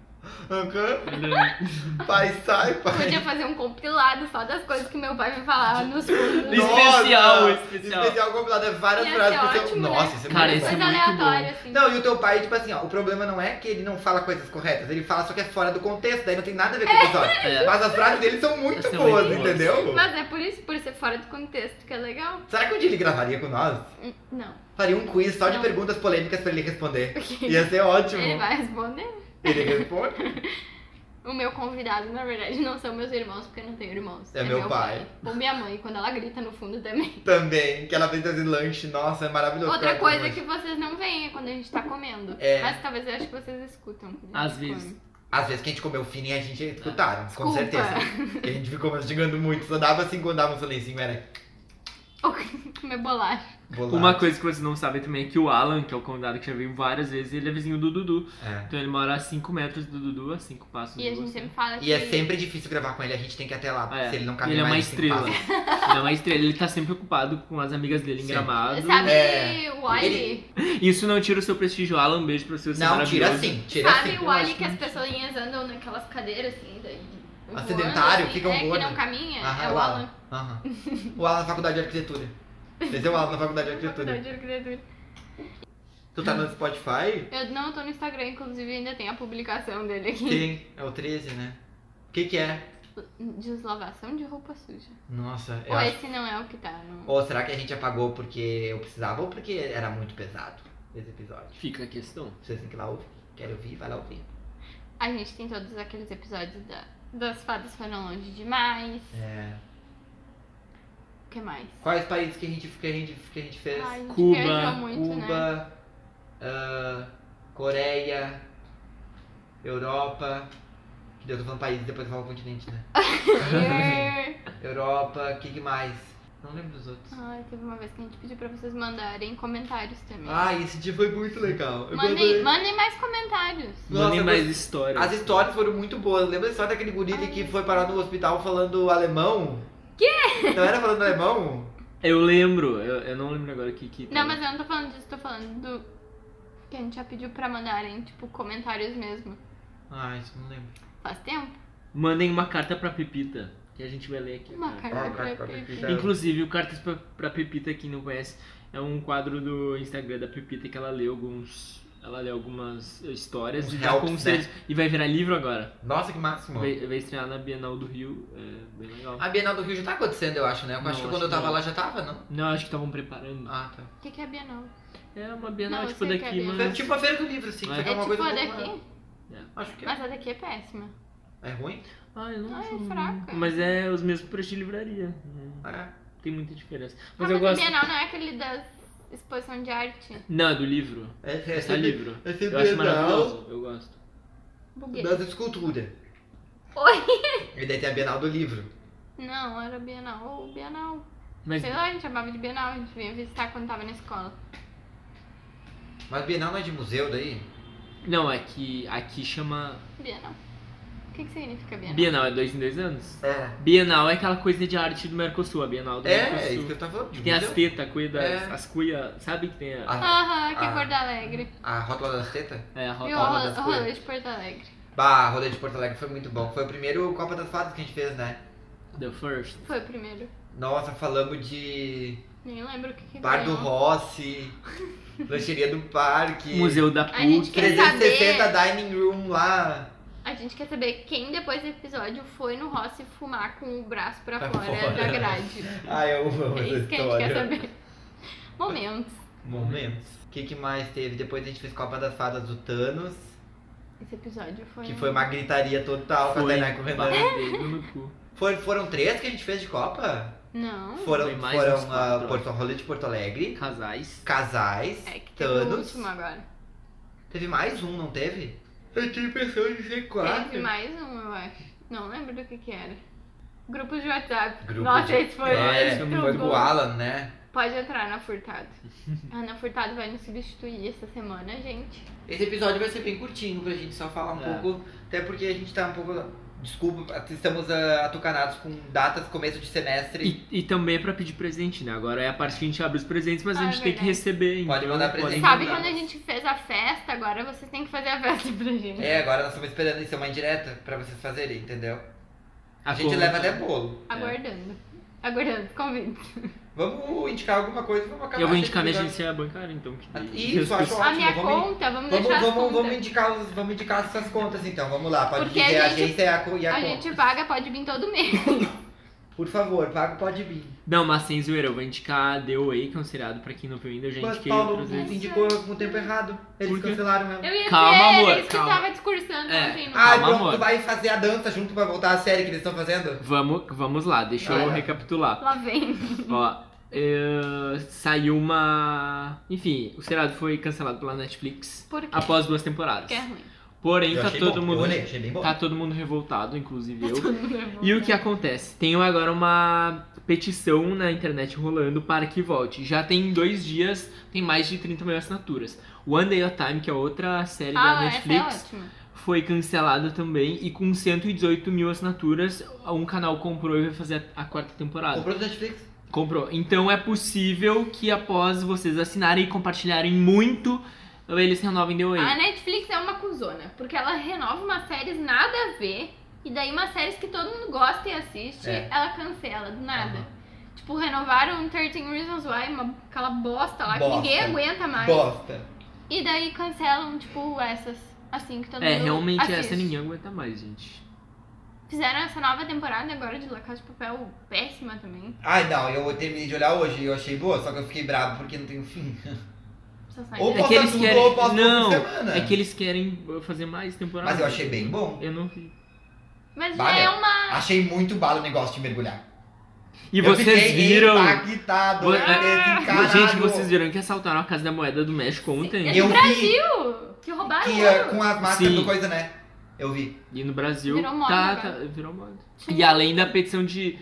[SPEAKER 2] Pai, sai, pai.
[SPEAKER 1] Podia fazer um compilado só das coisas que meu pai me falava nos fundos.
[SPEAKER 3] Especial,
[SPEAKER 2] Nossa,
[SPEAKER 3] especial.
[SPEAKER 2] Especial compilado, é várias
[SPEAKER 1] Ia
[SPEAKER 2] frases
[SPEAKER 1] ser
[SPEAKER 2] que você...
[SPEAKER 1] ótimo, né?
[SPEAKER 2] Nossa, isso é
[SPEAKER 3] Cara,
[SPEAKER 2] muito
[SPEAKER 3] isso
[SPEAKER 2] bom.
[SPEAKER 3] é
[SPEAKER 1] Coisa
[SPEAKER 3] muito
[SPEAKER 1] aleatória, assim.
[SPEAKER 2] Não, e o teu pai, tipo assim, ó, o problema não é que ele não fala coisas corretas, ele fala só que é fora do contexto, daí não tem nada a ver com o episódio.
[SPEAKER 3] É.
[SPEAKER 2] Mas as frases dele são muito
[SPEAKER 3] São
[SPEAKER 2] boas,
[SPEAKER 3] muito boas.
[SPEAKER 2] entendeu?
[SPEAKER 1] Mas é por isso, por ser fora do contexto, que é legal.
[SPEAKER 2] Será que um dia ele gravaria com nós?
[SPEAKER 1] Não.
[SPEAKER 2] Faria um quiz só de
[SPEAKER 1] Não.
[SPEAKER 2] perguntas polêmicas pra ele responder. Ia ser ótimo.
[SPEAKER 1] Ele vai responder.
[SPEAKER 2] Ele responde.
[SPEAKER 1] O meu convidado, na verdade, não são meus irmãos, porque eu não tenho irmãos.
[SPEAKER 2] É meu pai.
[SPEAKER 1] Ou minha mãe, quando ela grita no fundo também.
[SPEAKER 2] Também, que ela vem trazer lanche, nossa, é maravilhoso.
[SPEAKER 1] Outra
[SPEAKER 2] Cara,
[SPEAKER 1] coisa
[SPEAKER 2] lanche.
[SPEAKER 1] que vocês não veem é quando a gente tá comendo.
[SPEAKER 2] É.
[SPEAKER 1] Mas talvez eu acho que vocês escutam. quando a
[SPEAKER 3] Às
[SPEAKER 1] gente
[SPEAKER 3] vezes.
[SPEAKER 1] come.
[SPEAKER 2] Às vezes que a gente comeu fino e a gente escutaram, com
[SPEAKER 1] Desculpa.
[SPEAKER 2] certeza. Que a gente ficou mastigando muito, só dava assim quando dava um silencinho, era...
[SPEAKER 1] Ou comer bolacha.
[SPEAKER 2] Bolacha.
[SPEAKER 3] Uma coisa que vocês não sabem também é que o Alan, que é o convidado que já veio várias vezes, ele é vizinho do Dudu.
[SPEAKER 2] É.
[SPEAKER 3] Então ele mora a 5 metros do Dudu, a 5 passos
[SPEAKER 1] E
[SPEAKER 3] de
[SPEAKER 1] a gente
[SPEAKER 3] você.
[SPEAKER 1] sempre fala que...
[SPEAKER 2] E é sempre difícil gravar com ele, a gente tem que ir até lá, porque se ele não caminha
[SPEAKER 3] Ele é uma
[SPEAKER 2] mais de cinco
[SPEAKER 3] estrela.
[SPEAKER 2] passos.
[SPEAKER 3] Ele é uma estrela, ele tá sempre ocupado com as amigas dele em
[SPEAKER 2] Sim.
[SPEAKER 3] Gramado.
[SPEAKER 1] Sabe
[SPEAKER 2] É.
[SPEAKER 1] o Wally?
[SPEAKER 3] Isso não tira o seu prestígio, Alan. Um beijo pra você, você é
[SPEAKER 2] Não, tira
[SPEAKER 3] maravilhoso.
[SPEAKER 2] sim, tira
[SPEAKER 1] Sabe
[SPEAKER 2] sim.
[SPEAKER 1] o Wally
[SPEAKER 3] acho
[SPEAKER 1] que as
[SPEAKER 3] que-
[SPEAKER 1] pessoas andam naquelas cadeiras assim, daí... voando,
[SPEAKER 2] Sedentário,
[SPEAKER 1] assim,
[SPEAKER 2] ficam
[SPEAKER 1] que
[SPEAKER 2] gordos.
[SPEAKER 1] não caminha?
[SPEAKER 2] Aham,
[SPEAKER 1] É o Alan.
[SPEAKER 2] Aham. O Alan na faculdade de arquitetura. Esse é o Alan na faculdade de arquitetura.
[SPEAKER 1] Faculdade de arquitetura.
[SPEAKER 2] Tu tá no Spotify?
[SPEAKER 1] Eu tô no Instagram, inclusive ainda tem a publicação dele aqui.
[SPEAKER 2] Sim, é o 13, né? O que é?
[SPEAKER 1] Deslavação de roupa suja.
[SPEAKER 2] Nossa, eu
[SPEAKER 1] Ou
[SPEAKER 2] acho...
[SPEAKER 1] esse não é o que tá no...
[SPEAKER 2] Ou será que a gente apagou porque eu precisava ou porque era muito pesado esse episódio?
[SPEAKER 3] Fica a questão.
[SPEAKER 2] Vocês têm que ir lá ouvir. Quer ouvir? Vai lá ouvir.
[SPEAKER 1] A gente tem todos aqueles episódios das fadas foram longe demais.
[SPEAKER 2] É.
[SPEAKER 1] O que mais?
[SPEAKER 2] Quais países que a gente fez?
[SPEAKER 1] Ai, a gente
[SPEAKER 3] Cuba,
[SPEAKER 1] viajou muito, né?
[SPEAKER 2] Cuba, Coreia, Europa. Que eu tô falando países, depois eu falo continente, né? Europa, o que mais? Não lembro dos outros.
[SPEAKER 1] Ai, teve uma vez que a gente pediu pra vocês mandarem comentários também.
[SPEAKER 2] Ah, esse dia foi muito legal. Eu
[SPEAKER 1] mandem
[SPEAKER 2] adorei.
[SPEAKER 1] mais comentários.
[SPEAKER 2] Nossa,
[SPEAKER 3] Mandem
[SPEAKER 2] mas-
[SPEAKER 3] mais histórias.
[SPEAKER 2] As histórias foram muito boas. Lembra a história daquele guri que foi parar no hospital falando alemão?
[SPEAKER 1] Quê?
[SPEAKER 2] Não era falando alemão?
[SPEAKER 3] Eu lembro, eu não lembro agora o que
[SPEAKER 1] Não, mas eu não tô falando disso, tô falando do... Que a gente já pediu pra mandarem, tipo, comentários mesmo.
[SPEAKER 2] Ah, isso eu não lembro.
[SPEAKER 1] Faz tempo?
[SPEAKER 3] Mandem uma carta pra Pepita, que a gente vai ler aqui.
[SPEAKER 1] Uma
[SPEAKER 3] cara.
[SPEAKER 1] carta
[SPEAKER 2] carta
[SPEAKER 1] pra
[SPEAKER 2] pra
[SPEAKER 1] Pepe.
[SPEAKER 2] Pepita.
[SPEAKER 3] Inclusive, o Cartas pra Pepita, quem não conhece, é um quadro do Instagram da Pepita que ela lê algumas histórias
[SPEAKER 2] Uns
[SPEAKER 3] e dá
[SPEAKER 2] helps,
[SPEAKER 3] conselhos. E vai virar livro agora.
[SPEAKER 2] Nossa, que máximo.
[SPEAKER 3] Vai estrear na Bienal do Rio, é bem legal.
[SPEAKER 2] A Bienal do Rio já tá acontecendo, eu acho, né? Eu
[SPEAKER 3] Não,
[SPEAKER 2] acho que
[SPEAKER 3] acho
[SPEAKER 2] quando eu
[SPEAKER 3] que
[SPEAKER 2] tava
[SPEAKER 3] não.
[SPEAKER 2] lá já tava, não?
[SPEAKER 3] Não, acho que estavam preparando.
[SPEAKER 2] Ah, tá.
[SPEAKER 1] O que é Bienal?
[SPEAKER 3] É uma Bienal,
[SPEAKER 1] Não, eu
[SPEAKER 3] tipo,
[SPEAKER 1] sei que é
[SPEAKER 3] daqui,
[SPEAKER 1] Bienal.
[SPEAKER 2] É
[SPEAKER 3] mas...
[SPEAKER 2] tipo a feira do livro, assim.
[SPEAKER 3] É.
[SPEAKER 2] Só que
[SPEAKER 1] É
[SPEAKER 2] uma
[SPEAKER 1] tipo
[SPEAKER 2] coisa
[SPEAKER 1] a
[SPEAKER 2] um pouco
[SPEAKER 1] daqui?
[SPEAKER 2] maior. Acho que é.
[SPEAKER 1] Mas a daqui é péssima.
[SPEAKER 2] É ruim?
[SPEAKER 3] Ah, eu não
[SPEAKER 1] Ah,
[SPEAKER 3] acho
[SPEAKER 1] é
[SPEAKER 3] ruim.
[SPEAKER 1] fraca.
[SPEAKER 3] Mas é os mesmos preços de livraria.
[SPEAKER 2] É.
[SPEAKER 3] Tem muita diferença.
[SPEAKER 1] Ah,
[SPEAKER 3] Mas eu
[SPEAKER 1] a
[SPEAKER 3] gosto...
[SPEAKER 1] Bienal não é aquele das exposição de arte?
[SPEAKER 3] Não, é do livro.
[SPEAKER 2] É
[SPEAKER 3] É só livro.
[SPEAKER 2] Esse
[SPEAKER 3] Eu acho
[SPEAKER 2] Bienal
[SPEAKER 3] maravilhoso, eu gosto.
[SPEAKER 1] Buguei.
[SPEAKER 2] das esculturas.
[SPEAKER 1] Oi?
[SPEAKER 2] E daí tem a Bienal do livro.
[SPEAKER 1] Não, era Bienal. Ou Bienal.
[SPEAKER 3] Mas
[SPEAKER 1] Sei lá, a gente chamava de Bienal, a gente vinha visitar quando tava na escola.
[SPEAKER 2] Mas Bienal não é de museu daí?
[SPEAKER 3] não, é que aqui chama...
[SPEAKER 1] Bienal. O que significa Bienal?
[SPEAKER 3] Bienal é 2 em 2 anos.
[SPEAKER 2] É.
[SPEAKER 3] Bienal é aquela coisa de arte do Mercosul, a Bienal do
[SPEAKER 2] É, é
[SPEAKER 3] Mercosul.
[SPEAKER 2] isso que eu tava falando. De
[SPEAKER 3] Tem as
[SPEAKER 2] museu.
[SPEAKER 3] tetas, cuida,
[SPEAKER 2] É.
[SPEAKER 3] as cuia, sabe que tem a...
[SPEAKER 1] Aham, que é
[SPEAKER 2] Ah.
[SPEAKER 1] Porto Alegre.
[SPEAKER 2] A rótula das tetas?
[SPEAKER 3] É, a
[SPEAKER 1] E o
[SPEAKER 3] rota
[SPEAKER 2] Roda
[SPEAKER 1] rolê
[SPEAKER 2] das Cuias.
[SPEAKER 1] rolê de Porto Alegre.
[SPEAKER 2] Bah, a rolê de Porto Alegre foi muito bom. Foi o primeiro Copa das Fadas que a gente fez, né?
[SPEAKER 3] The First.
[SPEAKER 1] Foi o primeiro.
[SPEAKER 2] Nossa, falamos de
[SPEAKER 1] Nem lembro o que
[SPEAKER 2] Bar do
[SPEAKER 1] ganhou.
[SPEAKER 2] Rossi, lancheria do parque,
[SPEAKER 3] Museu da
[SPEAKER 1] A gente
[SPEAKER 3] PUC.
[SPEAKER 1] quer
[SPEAKER 2] 360 Dining Room lá.
[SPEAKER 1] A gente quer saber quem depois do episódio foi no Rossi fumar com o braço pra
[SPEAKER 2] Pra
[SPEAKER 1] fora
[SPEAKER 2] fora.
[SPEAKER 1] da grade.
[SPEAKER 2] Ai, eu amo
[SPEAKER 1] É
[SPEAKER 2] essa
[SPEAKER 1] isso que a gente quer
[SPEAKER 2] história.
[SPEAKER 1] saber. Momentos.
[SPEAKER 2] Momentos. O que mais teve? Depois a gente fez Copa das Fadas do Thanos,
[SPEAKER 1] Esse episódio foi.
[SPEAKER 2] que foi uma gritaria total com a
[SPEAKER 3] Foi
[SPEAKER 2] Tainá com o Renan.
[SPEAKER 3] bater no cu.
[SPEAKER 2] Foram 3 que a gente fez de Copa?
[SPEAKER 1] Não.
[SPEAKER 2] Foram
[SPEAKER 3] Foi mais uns 4,
[SPEAKER 2] Rolê de Porto Alegre,
[SPEAKER 3] Casais.
[SPEAKER 2] Casais,
[SPEAKER 1] É que teve o
[SPEAKER 2] Thanos.
[SPEAKER 1] último agora.
[SPEAKER 2] Teve mais um, não teve? Eu tinha impressão de ser 4.
[SPEAKER 1] Teve mais um, eu acho. Não lembro do que era. Grupos de WhatsApp.
[SPEAKER 2] Grupo
[SPEAKER 1] Nossa,
[SPEAKER 2] de-
[SPEAKER 1] esse foi muito
[SPEAKER 2] foi com o
[SPEAKER 1] bom.
[SPEAKER 2] Alan, né?
[SPEAKER 1] Pode entrar na Furtado. A Ana Furtado vai nos substituir essa semana, gente.
[SPEAKER 2] Esse episódio vai ser bem curtinho pra gente só falar um
[SPEAKER 3] É.
[SPEAKER 2] pouco, até porque a gente tá um pouco... Desculpa, estamos atucanados com datas, começo de semestre.
[SPEAKER 3] E também é pra pedir presente, né? Agora é a parte que a gente abre os presentes, mas a
[SPEAKER 1] Ah,
[SPEAKER 3] gente
[SPEAKER 1] é
[SPEAKER 3] tem que
[SPEAKER 1] verdade.
[SPEAKER 3] receber.
[SPEAKER 2] Pode
[SPEAKER 3] então
[SPEAKER 2] mandar
[SPEAKER 3] podem
[SPEAKER 2] presente.
[SPEAKER 1] Sabe
[SPEAKER 3] mandar.
[SPEAKER 1] quando a gente fez a festa? Agora vocês têm que fazer a festa pra gente.
[SPEAKER 2] É, agora nós estamos esperando isso, é uma indireta pra vocês fazerem, entendeu? A gente
[SPEAKER 3] conta.
[SPEAKER 2] leva até bolo.
[SPEAKER 1] Aguardando. Aguardando os convites.
[SPEAKER 2] Vamos indicar alguma coisa, vamos acabar.
[SPEAKER 3] Eu vou
[SPEAKER 2] esse
[SPEAKER 3] indicar minha
[SPEAKER 2] episódio.
[SPEAKER 3] agência bancária, então. Que
[SPEAKER 2] Isso, acho
[SPEAKER 1] A minha
[SPEAKER 2] ótimo. Vamos,
[SPEAKER 1] conta, vamos deixar as
[SPEAKER 2] vamos
[SPEAKER 1] contas.
[SPEAKER 2] vamos indicar essas contas então, vamos lá. Pode
[SPEAKER 1] Porque
[SPEAKER 2] dizer
[SPEAKER 1] a
[SPEAKER 2] a
[SPEAKER 1] gente-
[SPEAKER 2] agência e a
[SPEAKER 1] A
[SPEAKER 2] conta.
[SPEAKER 1] gente paga, pode vir todo mês.
[SPEAKER 2] Por favor, paga o Pode Vir.
[SPEAKER 3] Não, mas sem zoeira, eu vou indicar The Away, que é um seriado pra quem não viu ainda, eu já
[SPEAKER 2] Mas
[SPEAKER 3] indiquei
[SPEAKER 2] Paulo
[SPEAKER 3] outras vezes.
[SPEAKER 2] indicou com o tempo errado. Eles
[SPEAKER 3] Por quê?
[SPEAKER 2] cancelaram mesmo.
[SPEAKER 1] Eu ia
[SPEAKER 3] Calma,
[SPEAKER 1] dizer,
[SPEAKER 3] amor,
[SPEAKER 1] eles que
[SPEAKER 3] calma.
[SPEAKER 1] tava discursando
[SPEAKER 3] É.
[SPEAKER 1] ontem no
[SPEAKER 2] Ai,
[SPEAKER 3] Calma,
[SPEAKER 2] pronto,
[SPEAKER 3] amor.
[SPEAKER 2] tu vai fazer a dança junto pra voltar a série que eles estão fazendo?
[SPEAKER 3] Vamos lá, deixa eu
[SPEAKER 2] Ah.
[SPEAKER 3] recapitular.
[SPEAKER 1] Lá vem.
[SPEAKER 3] Ó, saiu uma... Enfim, o seriado foi cancelado pela Netflix
[SPEAKER 1] Por quê?
[SPEAKER 3] após 2 temporadas.
[SPEAKER 1] Que é ruim.
[SPEAKER 3] Porém,
[SPEAKER 2] Eu
[SPEAKER 3] tá
[SPEAKER 2] achei
[SPEAKER 3] todo
[SPEAKER 2] bom.
[SPEAKER 3] mundo.
[SPEAKER 2] Eu olhei, achei bem bom.
[SPEAKER 3] Tá todo mundo revoltado, inclusive eu.
[SPEAKER 1] Todo mundo é bom,
[SPEAKER 3] E o
[SPEAKER 1] né?
[SPEAKER 3] que acontece? Tem agora uma petição na internet rolando para que volte. Já tem 2 dias, tem mais de 30 mil assinaturas. One Day at Time, que é outra série da
[SPEAKER 1] Ah, essa é
[SPEAKER 3] Netflix,
[SPEAKER 1] ótima.
[SPEAKER 3] foi cancelada também. E com 118 mil assinaturas, um canal comprou e vai fazer a 4ª temporada.
[SPEAKER 2] Comprou do Netflix?
[SPEAKER 3] Comprou. Então é possível que após vocês assinarem e compartilharem muito, eles renovem The Way.
[SPEAKER 1] A Netflix é uma cuzona, porque ela renova umas séries nada a ver, e daí umas séries que todo mundo gosta e assiste, ela cancela, do nada.
[SPEAKER 2] Aham.
[SPEAKER 1] Tipo, renovaram 13 Reasons Why, aquela bosta lá
[SPEAKER 2] Bosta.
[SPEAKER 1] que ninguém aguenta mais.
[SPEAKER 2] Bosta.
[SPEAKER 1] E daí cancelam, tipo, essas, assim, que todo mundo
[SPEAKER 3] Realmente
[SPEAKER 1] assiste.
[SPEAKER 3] essa ninguém aguenta mais, gente.
[SPEAKER 1] Fizeram essa nova temporada agora de La Casa de Papel péssima também.
[SPEAKER 2] Ai, não, eu terminei de olhar hoje e eu achei boa, só que eu fiquei bravo porque não tem fim.
[SPEAKER 1] Só sai
[SPEAKER 2] Ou
[SPEAKER 1] daí.
[SPEAKER 3] É que eles
[SPEAKER 2] tudo
[SPEAKER 3] querem.
[SPEAKER 2] ou posta
[SPEAKER 3] Não,
[SPEAKER 2] por semana.
[SPEAKER 3] é que eles querem fazer mais temporadas.
[SPEAKER 2] Mas eu achei bem bom.
[SPEAKER 3] Eu não vi.
[SPEAKER 1] Mas já
[SPEAKER 2] Vale.
[SPEAKER 1] é uma...
[SPEAKER 2] Achei muito bala o negócio de mergulhar.
[SPEAKER 3] E
[SPEAKER 2] Eu
[SPEAKER 3] vocês
[SPEAKER 2] fiquei
[SPEAKER 3] viram.
[SPEAKER 2] impactado
[SPEAKER 3] Vo-
[SPEAKER 2] esse caralho.
[SPEAKER 3] Gente, vocês viram que assaltaram a Casa da Moeda do México ontem?
[SPEAKER 1] É
[SPEAKER 2] Eu
[SPEAKER 1] do
[SPEAKER 2] vi.
[SPEAKER 1] Brasil! Que roubaram
[SPEAKER 2] Que,
[SPEAKER 1] ouro.
[SPEAKER 2] com as máscaras
[SPEAKER 3] Sim.
[SPEAKER 2] do coisa, né? Eu vi.
[SPEAKER 3] E no Brasil
[SPEAKER 1] Virou moda agora.
[SPEAKER 3] virou moda.
[SPEAKER 1] Sim.
[SPEAKER 3] E além da petição de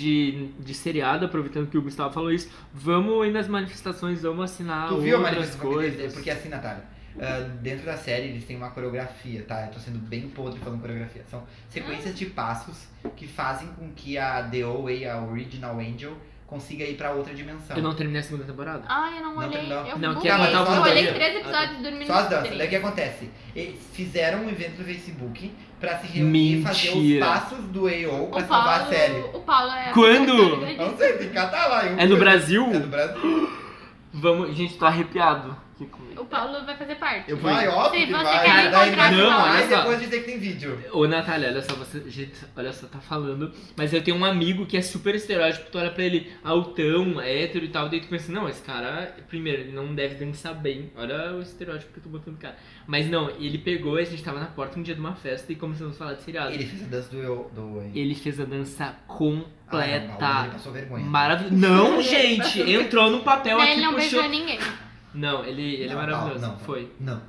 [SPEAKER 3] seriado, aproveitando que o Gustavo falou isso, vamos ir nas manifestações, vamos assinar
[SPEAKER 2] Tu viu a
[SPEAKER 3] outras
[SPEAKER 2] manifestação
[SPEAKER 3] coisas.
[SPEAKER 2] Porque assim, Natália, dentro da série eles têm uma coreografia, tá? Eu tô sendo bem podre falando coreografia. São sequências de passos que fazem com que a DOA, a Original Angel, consiga ir pra outra dimensão.
[SPEAKER 3] Eu não terminei a 2ª temporada.
[SPEAKER 1] Ai, eu não
[SPEAKER 2] Não,
[SPEAKER 1] olhei.
[SPEAKER 2] não.
[SPEAKER 1] Eu
[SPEAKER 3] Não,
[SPEAKER 1] buguei.
[SPEAKER 3] que ela tava
[SPEAKER 1] Eu olhei
[SPEAKER 2] no
[SPEAKER 1] 3
[SPEAKER 3] banheiro.
[SPEAKER 1] episódios dormindo
[SPEAKER 2] Só as
[SPEAKER 1] nos
[SPEAKER 2] danças.
[SPEAKER 1] 3.
[SPEAKER 2] Daí o que acontece? Eles fizeram um evento no Facebook pra se reunir e fazer os
[SPEAKER 3] Mentira.
[SPEAKER 2] passos do AO pra
[SPEAKER 1] O
[SPEAKER 2] salvar a série.
[SPEAKER 1] O Paulo é...
[SPEAKER 3] Quando?
[SPEAKER 2] Não sei, tem que catar lá.
[SPEAKER 3] É no Brasil?
[SPEAKER 2] É no Brasil.
[SPEAKER 3] Vamos, gente, tô arrepiado aqui comigo.
[SPEAKER 1] O Paulo vai fazer parte.
[SPEAKER 3] Eu vou-
[SPEAKER 2] Vai, óbvio
[SPEAKER 1] Se
[SPEAKER 2] que
[SPEAKER 1] você
[SPEAKER 2] vai.
[SPEAKER 1] quer
[SPEAKER 2] Daí
[SPEAKER 1] encontrar
[SPEAKER 2] não,
[SPEAKER 3] com ela,
[SPEAKER 2] aí
[SPEAKER 3] olha só.
[SPEAKER 2] depois dizer que tem vídeo.
[SPEAKER 3] Ô Natália, olha só, gente, olha só, tá falando, mas eu tenho um amigo que é super estereótipo, tu olha pra ele altão, hétero e tal, daí tu pensa, não, esse cara, primeiro, ele não deve dançar bem, olha o estereótipo que eu tô botando no cara. Mas não, ele pegou, a gente tava na porta um dia de uma festa e começamos a falar de seriado.
[SPEAKER 2] Ele fez a dança do
[SPEAKER 3] Ele fez a dança
[SPEAKER 2] Ah, não,
[SPEAKER 3] completa,
[SPEAKER 2] ele passou vergonha.
[SPEAKER 3] maravilhosa. Não, gente, entrou no papel
[SPEAKER 1] Daí
[SPEAKER 3] aqui,
[SPEAKER 1] ele não
[SPEAKER 3] puxou.
[SPEAKER 1] beijou ninguém.
[SPEAKER 3] Não, ele é
[SPEAKER 2] Não,
[SPEAKER 3] maravilhoso,
[SPEAKER 2] não,
[SPEAKER 3] foi.
[SPEAKER 2] Não.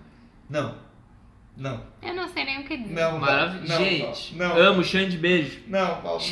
[SPEAKER 2] Não.
[SPEAKER 1] Eu não sei nem o que dizer.
[SPEAKER 2] Não,
[SPEAKER 3] Maravilhoso.
[SPEAKER 2] não,
[SPEAKER 3] Gente,
[SPEAKER 2] não.
[SPEAKER 3] amo, chão de beijo.
[SPEAKER 2] Não, Paulo,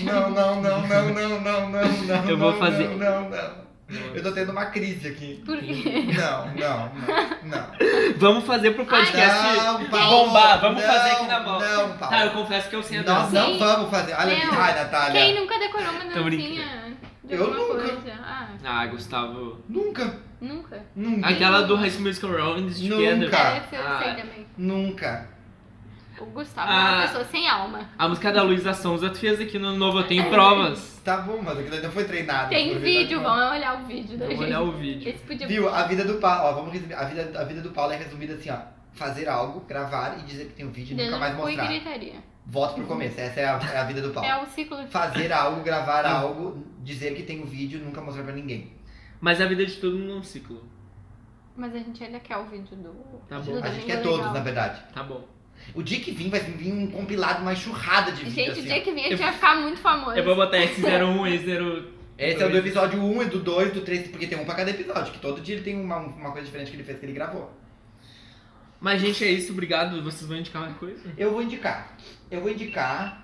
[SPEAKER 2] não.
[SPEAKER 3] Eu vou fazer-
[SPEAKER 2] Não. Eu tô tendo uma crise aqui.
[SPEAKER 1] Por quê?
[SPEAKER 2] Não.
[SPEAKER 3] Vamos fazer pro podcast
[SPEAKER 2] Não, Paulo,
[SPEAKER 3] bombar, vamos
[SPEAKER 2] não,
[SPEAKER 3] fazer aqui na volta.
[SPEAKER 2] Não, Paulo.
[SPEAKER 3] Tá, eu confesso que eu sei a
[SPEAKER 2] Nós
[SPEAKER 3] dança.
[SPEAKER 2] não vamos fazer. Olha aqui.
[SPEAKER 1] Meu,
[SPEAKER 2] Ai, Natália.
[SPEAKER 1] Quem nunca decorou uma
[SPEAKER 3] Tô
[SPEAKER 1] dancinha de
[SPEAKER 2] Eu
[SPEAKER 1] alguma
[SPEAKER 2] nunca.
[SPEAKER 1] coisa? Ah,
[SPEAKER 3] Ah, Gustavo.
[SPEAKER 2] Nunca.
[SPEAKER 1] nunca.
[SPEAKER 3] Aquela do High School Musical Round Together.
[SPEAKER 2] Nunca.
[SPEAKER 1] Essa eu
[SPEAKER 3] Ah.
[SPEAKER 1] sei também.
[SPEAKER 2] Nunca.
[SPEAKER 1] O Gustavo é uma
[SPEAKER 3] Ah.
[SPEAKER 1] pessoa sem alma.
[SPEAKER 3] A música da Luísa Sonza tu fez aqui no Ano Novo, eu tenho provas.
[SPEAKER 2] Tá bom, mas aquilo aí não foi treinado.
[SPEAKER 1] Tem
[SPEAKER 2] Foi
[SPEAKER 1] vídeo,
[SPEAKER 2] verdade,
[SPEAKER 1] vamos olhar o vídeo da
[SPEAKER 3] Vamos
[SPEAKER 1] gente.
[SPEAKER 3] olhar o vídeo.
[SPEAKER 1] Esse podia...
[SPEAKER 2] Viu? A vida do Paulo, ó, vamos resumir. A vida do Paulo é resumida assim, ó. Fazer algo, gravar e dizer que tem um vídeo e nunca mais
[SPEAKER 1] Foi
[SPEAKER 2] mostrar.
[SPEAKER 1] gritaria.
[SPEAKER 2] Volta pro começo, essa é a vida do Paulo.
[SPEAKER 1] É o ciclo de...
[SPEAKER 2] Fazer algo, gravar algo, dizer que tem um vídeo e nunca mostrar pra ninguém.
[SPEAKER 3] Mas a vida de todo mundo é um ciclo.
[SPEAKER 1] Mas a gente ainda quer o vídeo do...
[SPEAKER 3] Tá
[SPEAKER 1] do
[SPEAKER 3] bom.
[SPEAKER 2] A
[SPEAKER 1] Domingo
[SPEAKER 2] gente quer
[SPEAKER 1] Legal.
[SPEAKER 2] todos, na verdade.
[SPEAKER 3] Tá bom.
[SPEAKER 2] O dia que vir vai vir um compilado, uma enxurrada de vídeos.
[SPEAKER 1] Gente,
[SPEAKER 2] assim,
[SPEAKER 1] o dia
[SPEAKER 2] ó.
[SPEAKER 1] que vem a gente vai ficar muito famoso.
[SPEAKER 3] Eu vou botar esse 01 e 0...
[SPEAKER 2] Esse é o do episódio 1, do 2, do 3, porque tem um pra cada episódio, que todo dia ele tem uma coisa diferente que ele fez, que ele gravou.
[SPEAKER 3] Mas, gente, é isso. Obrigado. Vocês vão indicar uma coisa?
[SPEAKER 2] Eu vou indicar. O que eu vou indicar?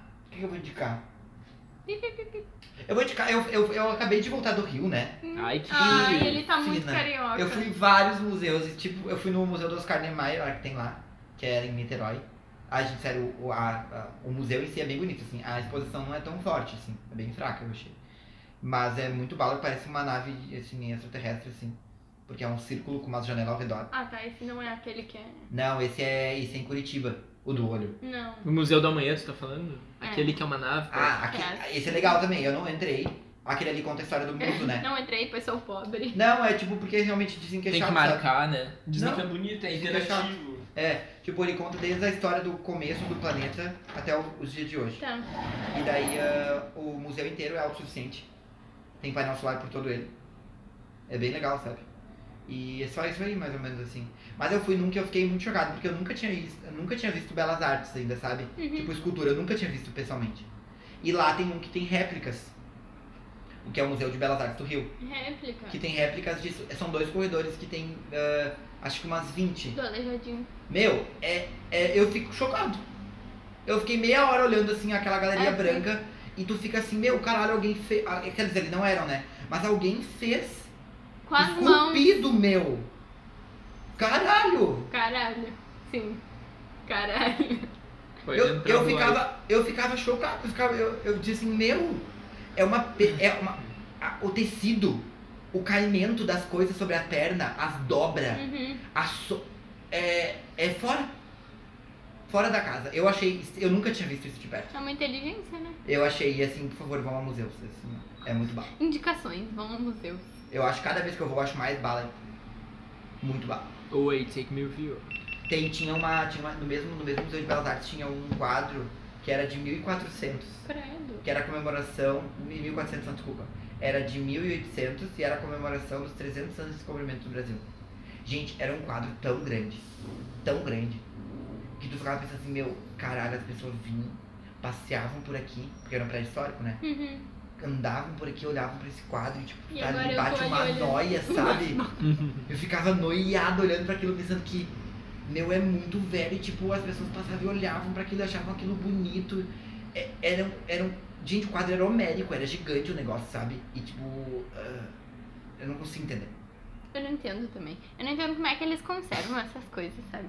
[SPEAKER 2] Eu vou indicar, eu acabei de voltar do Rio, né?
[SPEAKER 3] Ai, que...
[SPEAKER 1] Ai, ele tá muito
[SPEAKER 2] Fina.
[SPEAKER 1] carioca.
[SPEAKER 2] Eu fui em vários museus, e, tipo, eu fui no Museu do Oscar Niemeyer, lá que tem lá, que era em Niterói. A gente, sério, o museu em si é bem bonito, assim, a exposição não é tão forte, assim, é bem fraca, eu achei. Mas é muito bala, parece uma nave, assim, extraterrestre, assim, porque é um círculo com umas janelas ao redor.
[SPEAKER 1] Ah, tá. Esse não é aquele que é...
[SPEAKER 2] Não, esse é em Curitiba, o do olho.
[SPEAKER 1] Não.
[SPEAKER 3] O Museu do Amanhã, tu tá falando?
[SPEAKER 1] É.
[SPEAKER 3] Aquele que é uma nave.
[SPEAKER 2] Esse é legal também, eu não entrei. Aquele ali conta a história do mundo, né?
[SPEAKER 1] Não entrei, pois sou pobre.
[SPEAKER 2] Não, é tipo, porque realmente dizem que é
[SPEAKER 3] Tem
[SPEAKER 2] chato,
[SPEAKER 3] que
[SPEAKER 2] sabe?
[SPEAKER 3] marcar, né? Dizem
[SPEAKER 2] Não.
[SPEAKER 3] que é bonito, é
[SPEAKER 2] Dizem que é
[SPEAKER 3] interativo.
[SPEAKER 2] É, tipo, ele conta desde a história do começo do planeta até os dias de hoje.
[SPEAKER 1] Tá.
[SPEAKER 2] E daí o museu inteiro é autossuficiente. Tem painel solar por todo ele. É bem legal, sabe? E é só isso aí, mais ou menos assim. Mas eu fui num que eu fiquei muito chocado, porque eu nunca tinha visto Belas Artes ainda, sabe?
[SPEAKER 1] Uhum.
[SPEAKER 2] Tipo, escultura, eu nunca tinha visto pessoalmente. E lá tem um que tem réplicas. o que é o Museu de Belas Artes do Rio.
[SPEAKER 1] Réplica.
[SPEAKER 2] Que tem réplicas disso. São 2 corredores que tem, acho que umas 20.
[SPEAKER 1] Do Aleijadinho.
[SPEAKER 2] Meu, eu fico chocado. Eu fiquei meia hora olhando assim aquela galeria branca e tu fica assim, meu, caralho, alguém fez. Quer dizer, eles não eram, né? Mas alguém fez.
[SPEAKER 1] Com as mãos.
[SPEAKER 2] Esculpido, meu. Caralho.
[SPEAKER 1] Caralho. Sim. Caralho.
[SPEAKER 3] Pode entrar no live.
[SPEAKER 2] Eu ficava chocado. Eu disse assim, meu, o tecido, o caimento das coisas sobre a perna, as dobras, é fora da casa. Eu nunca tinha visto isso de perto.
[SPEAKER 1] É uma inteligência, né?
[SPEAKER 2] Eu achei, assim, por favor, vão ao museu. Assim, é muito bala.
[SPEAKER 1] Indicações, vão ao museu.
[SPEAKER 2] Eu acho que cada vez que eu vou, eu acho mais bala. Muito bala.
[SPEAKER 3] Wait, take me with you.
[SPEAKER 2] Tinha no mesmo Museu de Belas Artes tinha um quadro que era de 1400.
[SPEAKER 1] Credo.
[SPEAKER 2] Que era a comemoração. 1400, não, desculpa. Era de 1800 e era a comemoração dos 300 anos de descobrimento do Brasil. Gente, era um quadro tão grande, que tu ficava pensando assim, meu, caralho, as pessoas vinham, passeavam por aqui, porque era um prédio histórico, né? Andavam por aqui, olhavam pra esse quadro e tipo,
[SPEAKER 1] E
[SPEAKER 2] tá
[SPEAKER 1] agora
[SPEAKER 2] ali,
[SPEAKER 1] eu
[SPEAKER 2] bate
[SPEAKER 1] tô
[SPEAKER 2] uma
[SPEAKER 1] ali olhando.
[SPEAKER 2] noia, sabe? Eu ficava noiado olhando pra aquilo, pensando que, meu, é muito velho e tipo, as pessoas passavam e olhavam pra aquilo, achavam aquilo bonito. Gente, o quadro era homérico, era gigante o negócio, sabe? E tipo, eu não consigo entender.
[SPEAKER 1] Eu não entendo também. Eu não entendo como é que eles conservam essas coisas, sabe?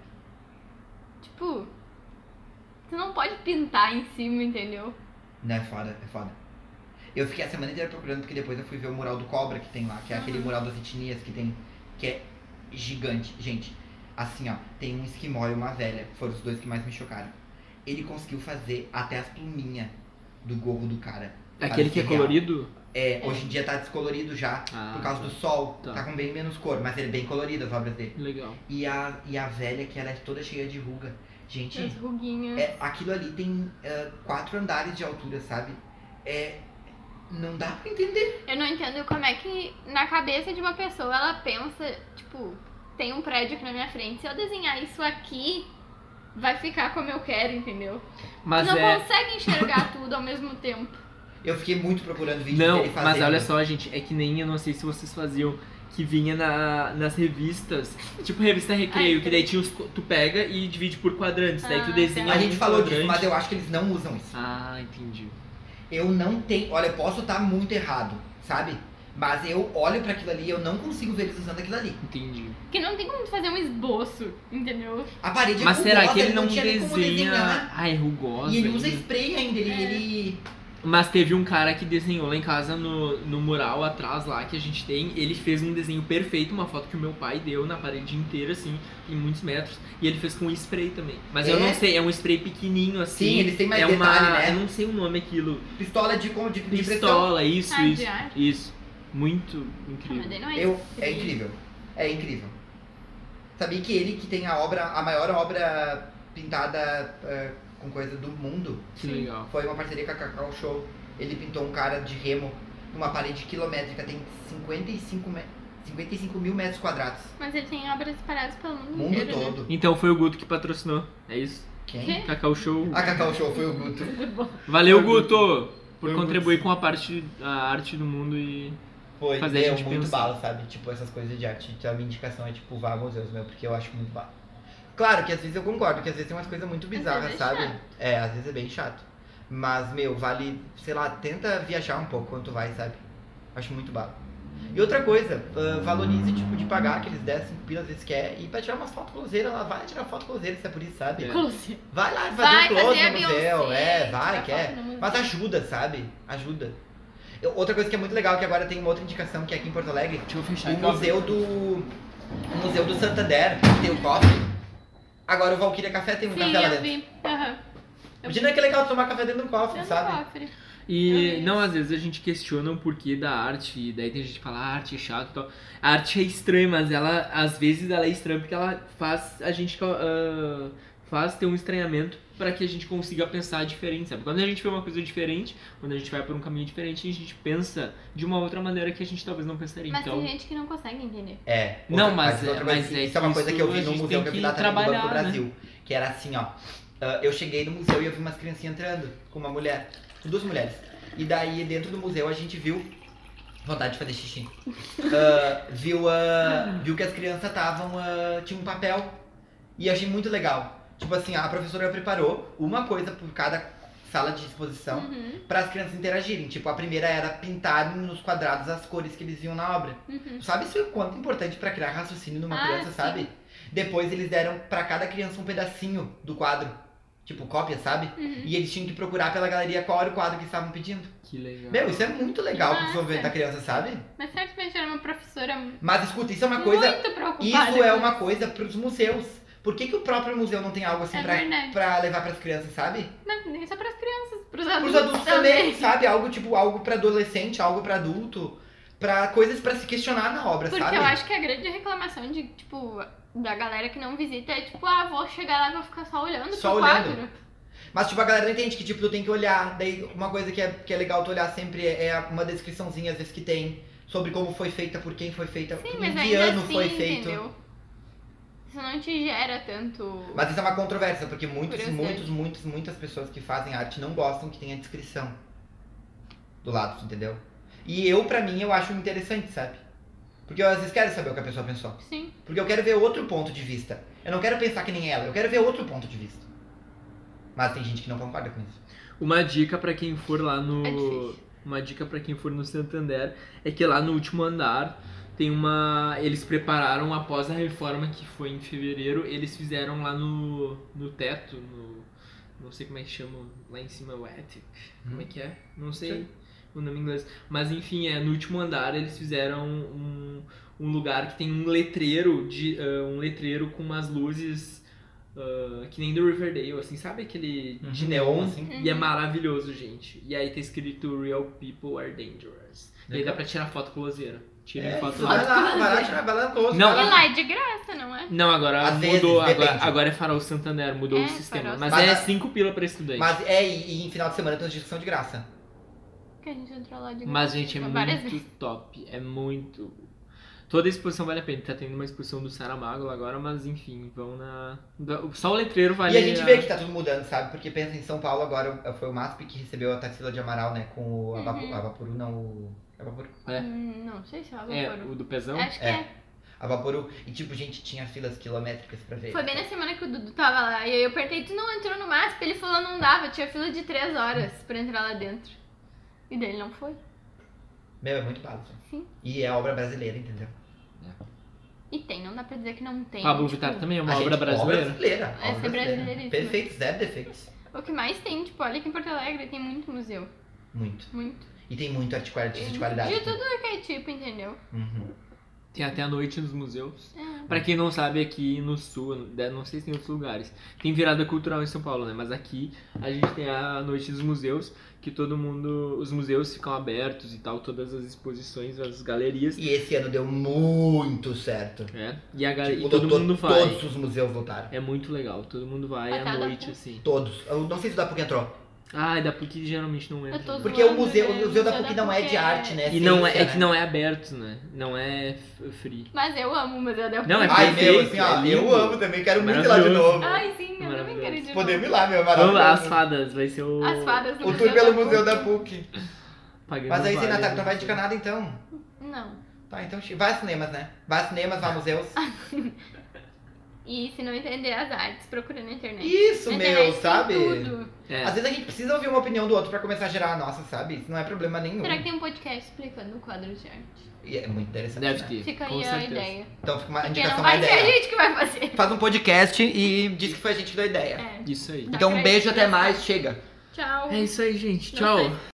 [SPEAKER 1] Tipo, tu não pode pintar em cima, entendeu?
[SPEAKER 2] Não, é foda. Eu fiquei a semana inteira procurando, porque depois eu fui ver o mural do Cobra que tem lá, que é aquele mural das etnias que é gigante. Gente, assim ó, tem um esquimó e uma velha, que foram os 2 que mais me chocaram. Ele conseguiu fazer até as pluminhas do gorro do cara.
[SPEAKER 3] Aquele que é
[SPEAKER 2] real.
[SPEAKER 3] colorido?
[SPEAKER 2] Hoje em dia tá descolorido já, por causa do sol, tá com bem menos cor, mas ele é bem colorido as obras dele.
[SPEAKER 3] Legal.
[SPEAKER 2] E a velha, que ela é toda cheia de ruga. Gente,
[SPEAKER 1] As ruguinhas.
[SPEAKER 2] aquilo ali tem 4 andares de altura, sabe? Não dá pra entender.
[SPEAKER 1] Eu não entendo como é que na cabeça de uma pessoa ela pensa, tipo, tem um prédio aqui na minha frente, se eu desenhar isso aqui, vai ficar como eu quero, entendeu?
[SPEAKER 3] Mas
[SPEAKER 1] tu não consegue enxergar tudo ao mesmo tempo.
[SPEAKER 2] Eu fiquei muito procurando vídeo
[SPEAKER 3] Não,
[SPEAKER 2] dele fazendo.
[SPEAKER 3] mas olha só, gente, é que nem, eu não sei se vocês faziam, que vinha nas revistas, tipo revista Recreio, que daí tinha tu pega e divide por quadrantes, daí tu desenha
[SPEAKER 2] A gente
[SPEAKER 3] um
[SPEAKER 2] falou disso,
[SPEAKER 3] quadrante.
[SPEAKER 2] mas eu acho que eles não usam isso.
[SPEAKER 3] Ah, entendi.
[SPEAKER 2] Eu não tenho... Olha, eu posso estar muito errado, sabe? Mas eu olho pra aquilo ali e eu não consigo ver eles usando aquilo ali.
[SPEAKER 3] Entendi.
[SPEAKER 1] Porque não tem como tu fazer um esboço, entendeu?
[SPEAKER 2] A parede
[SPEAKER 3] Mas
[SPEAKER 2] é
[SPEAKER 3] será
[SPEAKER 2] rugosa,
[SPEAKER 3] que ele não
[SPEAKER 2] tinha nem como
[SPEAKER 3] desenha...
[SPEAKER 2] desenhar.
[SPEAKER 3] Ah, é rugosa.
[SPEAKER 2] E ele usa
[SPEAKER 3] ainda.
[SPEAKER 2] spray ainda, ele...
[SPEAKER 3] Mas teve um cara que desenhou lá em casa no mural atrás lá que a gente tem. Ele fez um desenho perfeito, uma foto que o meu pai deu na parede inteira, assim, em muitos metros. E ele fez com spray também. Mas eu não sei, é um spray pequenininho assim.
[SPEAKER 2] Sim, eles têm mais
[SPEAKER 3] é
[SPEAKER 2] detalhe, né?
[SPEAKER 3] Eu não sei o nome aquilo.
[SPEAKER 2] Pistola de impressão.
[SPEAKER 3] Pistola, isso.
[SPEAKER 1] De arte.
[SPEAKER 3] Isso. Muito
[SPEAKER 1] Ah, mas
[SPEAKER 3] incrível.
[SPEAKER 1] daí não é
[SPEAKER 2] É incrível. É incrível. Sabia que ele que tem a maior obra pintada com coisa do mundo,
[SPEAKER 3] Que legal.
[SPEAKER 2] foi uma parceria com a Cacau Show. Ele pintou um cara de remo numa parede quilométrica, tem 55 mil metros quadrados.
[SPEAKER 1] Mas ele tem obras espalhadas pelo mundo
[SPEAKER 2] Mundo
[SPEAKER 1] inteiro,
[SPEAKER 2] todo.
[SPEAKER 3] Então foi o Guto que patrocinou. É isso?
[SPEAKER 2] Quem?
[SPEAKER 1] Quê?
[SPEAKER 3] Cacau Show.
[SPEAKER 2] A Cacau Show foi o Guto.
[SPEAKER 1] Né? Tudo bom.
[SPEAKER 3] Valeu,
[SPEAKER 2] Foi o
[SPEAKER 3] Guto! Por
[SPEAKER 2] Foi o
[SPEAKER 3] contribuir com a arte do mundo e
[SPEAKER 2] Foi,
[SPEAKER 3] fazer a gente
[SPEAKER 2] muito
[SPEAKER 3] pensar.
[SPEAKER 2] bala, sabe? Tipo, essas coisas de arte. Então a minha indicação é tipo, vá a museus, meu, porque eu acho muito bala. Claro que às vezes eu concordo, que às vezes tem umas coisas muito bizarras,
[SPEAKER 1] vezes é
[SPEAKER 2] sabe?
[SPEAKER 1] chato.
[SPEAKER 2] Às vezes é bem chato. Mas, meu, vale, sei lá, tenta viajar um pouco quando tu vai, sabe? Acho muito bala. E outra coisa, valorize, tipo, de pagar aqueles 10, 5 pila às vezes quer, e pra tirar umas fotos closeiras lá, vai tirar foto closeira, se é por isso, sabe?
[SPEAKER 3] É.
[SPEAKER 1] Close.
[SPEAKER 2] Vai lá fazer
[SPEAKER 1] Vai
[SPEAKER 2] um close
[SPEAKER 1] fazer a
[SPEAKER 2] no museu,
[SPEAKER 1] Beyoncé,
[SPEAKER 2] vai,
[SPEAKER 1] tirar
[SPEAKER 2] quer.
[SPEAKER 1] foto no museu.
[SPEAKER 2] Mas ajuda, sabe? Ajuda. Outra coisa que é muito legal, que agora tem uma outra indicação, que é aqui em Porto Alegre,
[SPEAKER 3] Deixa eu fechar
[SPEAKER 2] o
[SPEAKER 3] aqui,
[SPEAKER 2] museu do Santander, que tem o cofre. Agora o Valkyria Café tem um
[SPEAKER 1] Sim,
[SPEAKER 2] café lá
[SPEAKER 1] eu
[SPEAKER 2] dentro.
[SPEAKER 1] vi. Aham.
[SPEAKER 2] Imagina que legal tomar café dentro do cofre,
[SPEAKER 1] Dentro do
[SPEAKER 2] sabe?
[SPEAKER 1] cofre.
[SPEAKER 3] E não, às vezes a gente questiona o porquê da arte, e daí tem gente que fala, a arte é chato e tal. A arte é estranha, mas ela, às vezes ela é estranha porque ela faz a gente faz ter um estranhamento pra que a gente consiga pensar diferente, sabe? Quando a gente vê uma coisa diferente, quando a gente vai por um caminho diferente, a gente pensa de uma outra maneira que a gente talvez não pensaria.
[SPEAKER 1] Mas
[SPEAKER 3] Então,
[SPEAKER 1] tem gente que não consegue entender.
[SPEAKER 3] Não, mas
[SPEAKER 2] outra coisa,
[SPEAKER 3] é
[SPEAKER 2] isso é uma
[SPEAKER 3] que
[SPEAKER 2] coisa que
[SPEAKER 3] isso
[SPEAKER 2] eu vi
[SPEAKER 3] a
[SPEAKER 2] no
[SPEAKER 3] gente
[SPEAKER 2] museu
[SPEAKER 3] tem
[SPEAKER 2] que eu vi
[SPEAKER 3] que
[SPEAKER 2] lá também no Banco do
[SPEAKER 3] trabalhar,
[SPEAKER 2] Brasil. Que era assim, ó. Eu cheguei no museu e eu vi umas criancinhas entrando com uma mulher, com 2 mulheres. E daí dentro do museu a gente viu Vontade de fazer xixi. Viu que as crianças tinha um papel. E achei muito legal. Tipo assim, a professora preparou uma coisa por cada sala de exposição para as crianças interagirem. Tipo, a primeira era pintarem nos quadrados as cores que eles viam na obra. Sabe isso é o quanto importante para criar raciocínio numa criança,
[SPEAKER 1] sim.
[SPEAKER 2] sabe? Depois eles deram para cada criança um pedacinho do quadro. Tipo, cópia, sabe? E eles tinham que procurar pela galeria qual era o quadro que estavam pedindo.
[SPEAKER 3] Que legal.
[SPEAKER 2] Meu, isso é muito legal pro
[SPEAKER 1] Massa.
[SPEAKER 2] desenvolvimento da criança, sabe?
[SPEAKER 1] Mas certamente era uma professora
[SPEAKER 2] Mas escuta, isso é uma coisa...
[SPEAKER 1] muito preocupada.
[SPEAKER 2] Isso é
[SPEAKER 1] com
[SPEAKER 2] uma coisa pros museus. Por que o próprio museu não tem algo assim
[SPEAKER 1] É verdade.
[SPEAKER 2] pra levar pras crianças, sabe?
[SPEAKER 1] Não, nem só pras crianças, pros
[SPEAKER 2] Pros
[SPEAKER 1] adultos,
[SPEAKER 2] adultos também, sabe? Algo tipo, algo pra adolescente, algo pra adulto. Pra coisas pra se questionar na obra,
[SPEAKER 1] Porque
[SPEAKER 2] sabe?
[SPEAKER 1] eu acho que a grande reclamação de, tipo, da galera que não visita é tipo, ah, vou chegar lá e vou ficar só olhando
[SPEAKER 2] Só
[SPEAKER 1] pro
[SPEAKER 2] olhando.
[SPEAKER 1] quadro.
[SPEAKER 2] Mas tipo, a galera não entende que tipo, tu tem que olhar. Daí uma coisa que é legal tu olhar sempre é uma descriçãozinha, às vezes, que tem. Sobre como foi feita, por quem foi feita,
[SPEAKER 1] Sim,
[SPEAKER 2] em
[SPEAKER 1] mas
[SPEAKER 2] que
[SPEAKER 1] ainda
[SPEAKER 2] ano
[SPEAKER 1] assim,
[SPEAKER 2] foi feito.
[SPEAKER 1] entendeu? Isso não te gera tanto...
[SPEAKER 2] Mas isso é uma controvérsia, porque
[SPEAKER 1] Curiosidade.
[SPEAKER 2] muitas pessoas que fazem arte não gostam que tenha descrição do lado, entendeu? E pra mim, eu acho interessante, sabe? Porque eu às vezes quero saber o que a pessoa pensou.
[SPEAKER 1] Sim.
[SPEAKER 2] Porque eu quero ver outro ponto de vista. Eu não quero pensar que nem ela, eu quero ver outro ponto de vista. Mas tem gente que não concorda com isso.
[SPEAKER 3] Uma dica pra quem for lá
[SPEAKER 1] É
[SPEAKER 3] no...
[SPEAKER 1] difícil.
[SPEAKER 3] Uma dica pra quem for no Santander é que lá no último andar tem eles prepararam, após a reforma que foi em fevereiro, eles fizeram lá no teto, não sei como é que chama, lá em cima, o attic, como é que é? Não sei
[SPEAKER 2] Sim.
[SPEAKER 3] o nome em inglês, mas enfim, no último andar eles fizeram um lugar que tem um letreiro, um letreiro com umas luzes que nem do Riverdale, assim, sabe aquele de neon,
[SPEAKER 2] assim.
[SPEAKER 3] e é maravilhoso, gente. E aí tá escrito Real People are dangerous. E aí dá pra tirar foto com lozeira. Tirem foto
[SPEAKER 2] vai
[SPEAKER 3] lá.
[SPEAKER 2] lá, close.
[SPEAKER 3] Não,
[SPEAKER 2] vai
[SPEAKER 1] E
[SPEAKER 2] lá.
[SPEAKER 1] lá é de graça, não é?
[SPEAKER 3] Não, agora
[SPEAKER 2] Às
[SPEAKER 3] mudou.
[SPEAKER 2] vezes, depende.
[SPEAKER 3] Agora é Farol Santander, mudou
[SPEAKER 1] É,
[SPEAKER 3] o sistema.
[SPEAKER 1] Farol
[SPEAKER 3] Mas
[SPEAKER 2] Santander.
[SPEAKER 3] é 5 pila pra estudante.
[SPEAKER 2] Mas e em final de semana tem uma discussão de graça.
[SPEAKER 1] Que a gente entrou lá de graça.
[SPEAKER 3] Mas, gente, é
[SPEAKER 1] várias
[SPEAKER 3] muito
[SPEAKER 1] vezes.
[SPEAKER 3] top. É muito. Toda a exposição vale a pena. Tá tendo uma exposição do Saramago lá agora, mas enfim, vão na. Só o letreiro vale
[SPEAKER 2] E a gente vê que tá tudo mudando, sabe? Porque pensa em São Paulo agora, foi o MASP que recebeu a Tarsila de Amaral, né? Com o Avaporu, não, o... Avaporu.
[SPEAKER 3] É.
[SPEAKER 1] Não sei se ela
[SPEAKER 3] É,
[SPEAKER 1] Vaporu.
[SPEAKER 3] o do Pezão?
[SPEAKER 1] Acho que
[SPEAKER 2] É.
[SPEAKER 1] é.
[SPEAKER 2] Avaporu. E tipo, gente, tinha filas quilométricas pra ver.
[SPEAKER 1] Foi bem na semana que o Dudu tava lá. E aí eu perguntei, tu não entrou no MASP? Ele falou, não dava. Tinha fila de 3 horas pra entrar lá dentro. E daí ele não foi.
[SPEAKER 2] Meu, é muito básico.
[SPEAKER 1] Sim.
[SPEAKER 2] E é obra brasileira, entendeu?
[SPEAKER 1] E tem, não dá pra dizer que não tem.
[SPEAKER 3] Pablo
[SPEAKER 1] tipo,
[SPEAKER 3] Vittar também é uma
[SPEAKER 2] A
[SPEAKER 3] obra
[SPEAKER 2] gente-
[SPEAKER 3] brasileira.
[SPEAKER 2] Obra brasileira.
[SPEAKER 1] Essa é
[SPEAKER 2] obra brasileira.
[SPEAKER 1] brasileiríssima.
[SPEAKER 2] Perfeitos, zero defeitos.
[SPEAKER 1] O que mais tem, tipo, olha que em Porto Alegre tem muito museu.
[SPEAKER 2] Muito.
[SPEAKER 1] Muito.
[SPEAKER 2] E tem muito artista de qualidade.
[SPEAKER 1] De tudo que é tipo, entendeu?
[SPEAKER 2] Uhum.
[SPEAKER 3] Tem até a noite nos museus.
[SPEAKER 1] É.
[SPEAKER 3] Pra quem não sabe, aqui no sul, não sei se tem outros lugares, tem virada cultural em São Paulo, né? Mas aqui a gente tem a noite dos museus, que os museus ficam abertos e tal, todas as exposições, as galerias.
[SPEAKER 2] E esse ano deu muito certo.
[SPEAKER 3] E, e
[SPEAKER 2] Tipo,
[SPEAKER 3] todo mundo vai.
[SPEAKER 2] Todos os museus voltaram.
[SPEAKER 3] É muito legal, todo mundo vai
[SPEAKER 1] Até
[SPEAKER 3] à
[SPEAKER 1] a da
[SPEAKER 3] noite,
[SPEAKER 1] PUC.
[SPEAKER 3] assim.
[SPEAKER 2] Todos. Eu não sei se o da PUC entrou.
[SPEAKER 3] Ah, da PUC geralmente não entra.
[SPEAKER 1] Eu tô
[SPEAKER 3] né?
[SPEAKER 2] Porque o
[SPEAKER 1] zoando,
[SPEAKER 2] museu
[SPEAKER 1] né?
[SPEAKER 2] da PUC não é de arte, né?
[SPEAKER 3] E não é
[SPEAKER 2] ciência,
[SPEAKER 3] que
[SPEAKER 2] né?
[SPEAKER 3] não é aberto, né? Não é free.
[SPEAKER 1] Mas eu amo o Museu da
[SPEAKER 3] Não, é
[SPEAKER 1] PUC.
[SPEAKER 2] Ai, meu,
[SPEAKER 3] perfeito,
[SPEAKER 2] assim, ó,
[SPEAKER 3] é
[SPEAKER 2] eu
[SPEAKER 3] lindo.
[SPEAKER 2] amo também, quero muito ir lá de
[SPEAKER 3] Maravilhoso.
[SPEAKER 2] novo.
[SPEAKER 1] Ai, sim, eu também
[SPEAKER 3] Maravilhoso.
[SPEAKER 1] quero ir de
[SPEAKER 2] Podemos ir
[SPEAKER 1] novo.
[SPEAKER 2] lá, meu, é
[SPEAKER 3] Vamos
[SPEAKER 2] maravilhoso.
[SPEAKER 3] lá, as fadas, vai ser o...
[SPEAKER 1] As fadas no
[SPEAKER 2] O tour
[SPEAKER 1] Museu
[SPEAKER 2] pelo
[SPEAKER 1] da
[SPEAKER 2] Museu
[SPEAKER 1] PUC.
[SPEAKER 2] da PUC.
[SPEAKER 3] Pagando
[SPEAKER 2] Mas aí,
[SPEAKER 3] vale,
[SPEAKER 2] Natália,
[SPEAKER 3] né?
[SPEAKER 2] não vai indicar nada então?
[SPEAKER 1] Não.
[SPEAKER 2] Tá, então vai a cinemas, né? Vai a cinemas, vai a museus.
[SPEAKER 1] E se não entender as artes, procura na internet.
[SPEAKER 2] Isso,
[SPEAKER 1] Na
[SPEAKER 2] meu,
[SPEAKER 1] internet tem
[SPEAKER 2] sabe?
[SPEAKER 1] tudo.
[SPEAKER 3] É.
[SPEAKER 2] Às vezes a gente precisa ouvir uma opinião do outro pra começar a gerar a nossa, sabe? Isso não é problema nenhum.
[SPEAKER 1] Será que tem um podcast explicando quadros de arte?
[SPEAKER 2] E é muito interessante,
[SPEAKER 3] Deve
[SPEAKER 2] né?
[SPEAKER 3] ter,
[SPEAKER 1] Fica
[SPEAKER 3] com
[SPEAKER 1] aí a
[SPEAKER 3] certeza.
[SPEAKER 1] ideia.
[SPEAKER 2] Então fica uma
[SPEAKER 1] Porque
[SPEAKER 2] indicação,
[SPEAKER 1] não
[SPEAKER 2] uma
[SPEAKER 1] vai ser a
[SPEAKER 2] ideia.
[SPEAKER 1] gente que vai fazer.
[SPEAKER 2] Faz um podcast e diz que foi a gente que deu a ideia.
[SPEAKER 1] É.
[SPEAKER 3] Isso aí.
[SPEAKER 1] Dá
[SPEAKER 2] Então
[SPEAKER 1] pra
[SPEAKER 2] um beijo,
[SPEAKER 1] ir
[SPEAKER 2] até
[SPEAKER 1] pra
[SPEAKER 2] mais, chega.
[SPEAKER 1] Tchau.
[SPEAKER 3] É isso aí, gente.
[SPEAKER 1] Não
[SPEAKER 3] Tchau.
[SPEAKER 1] sei.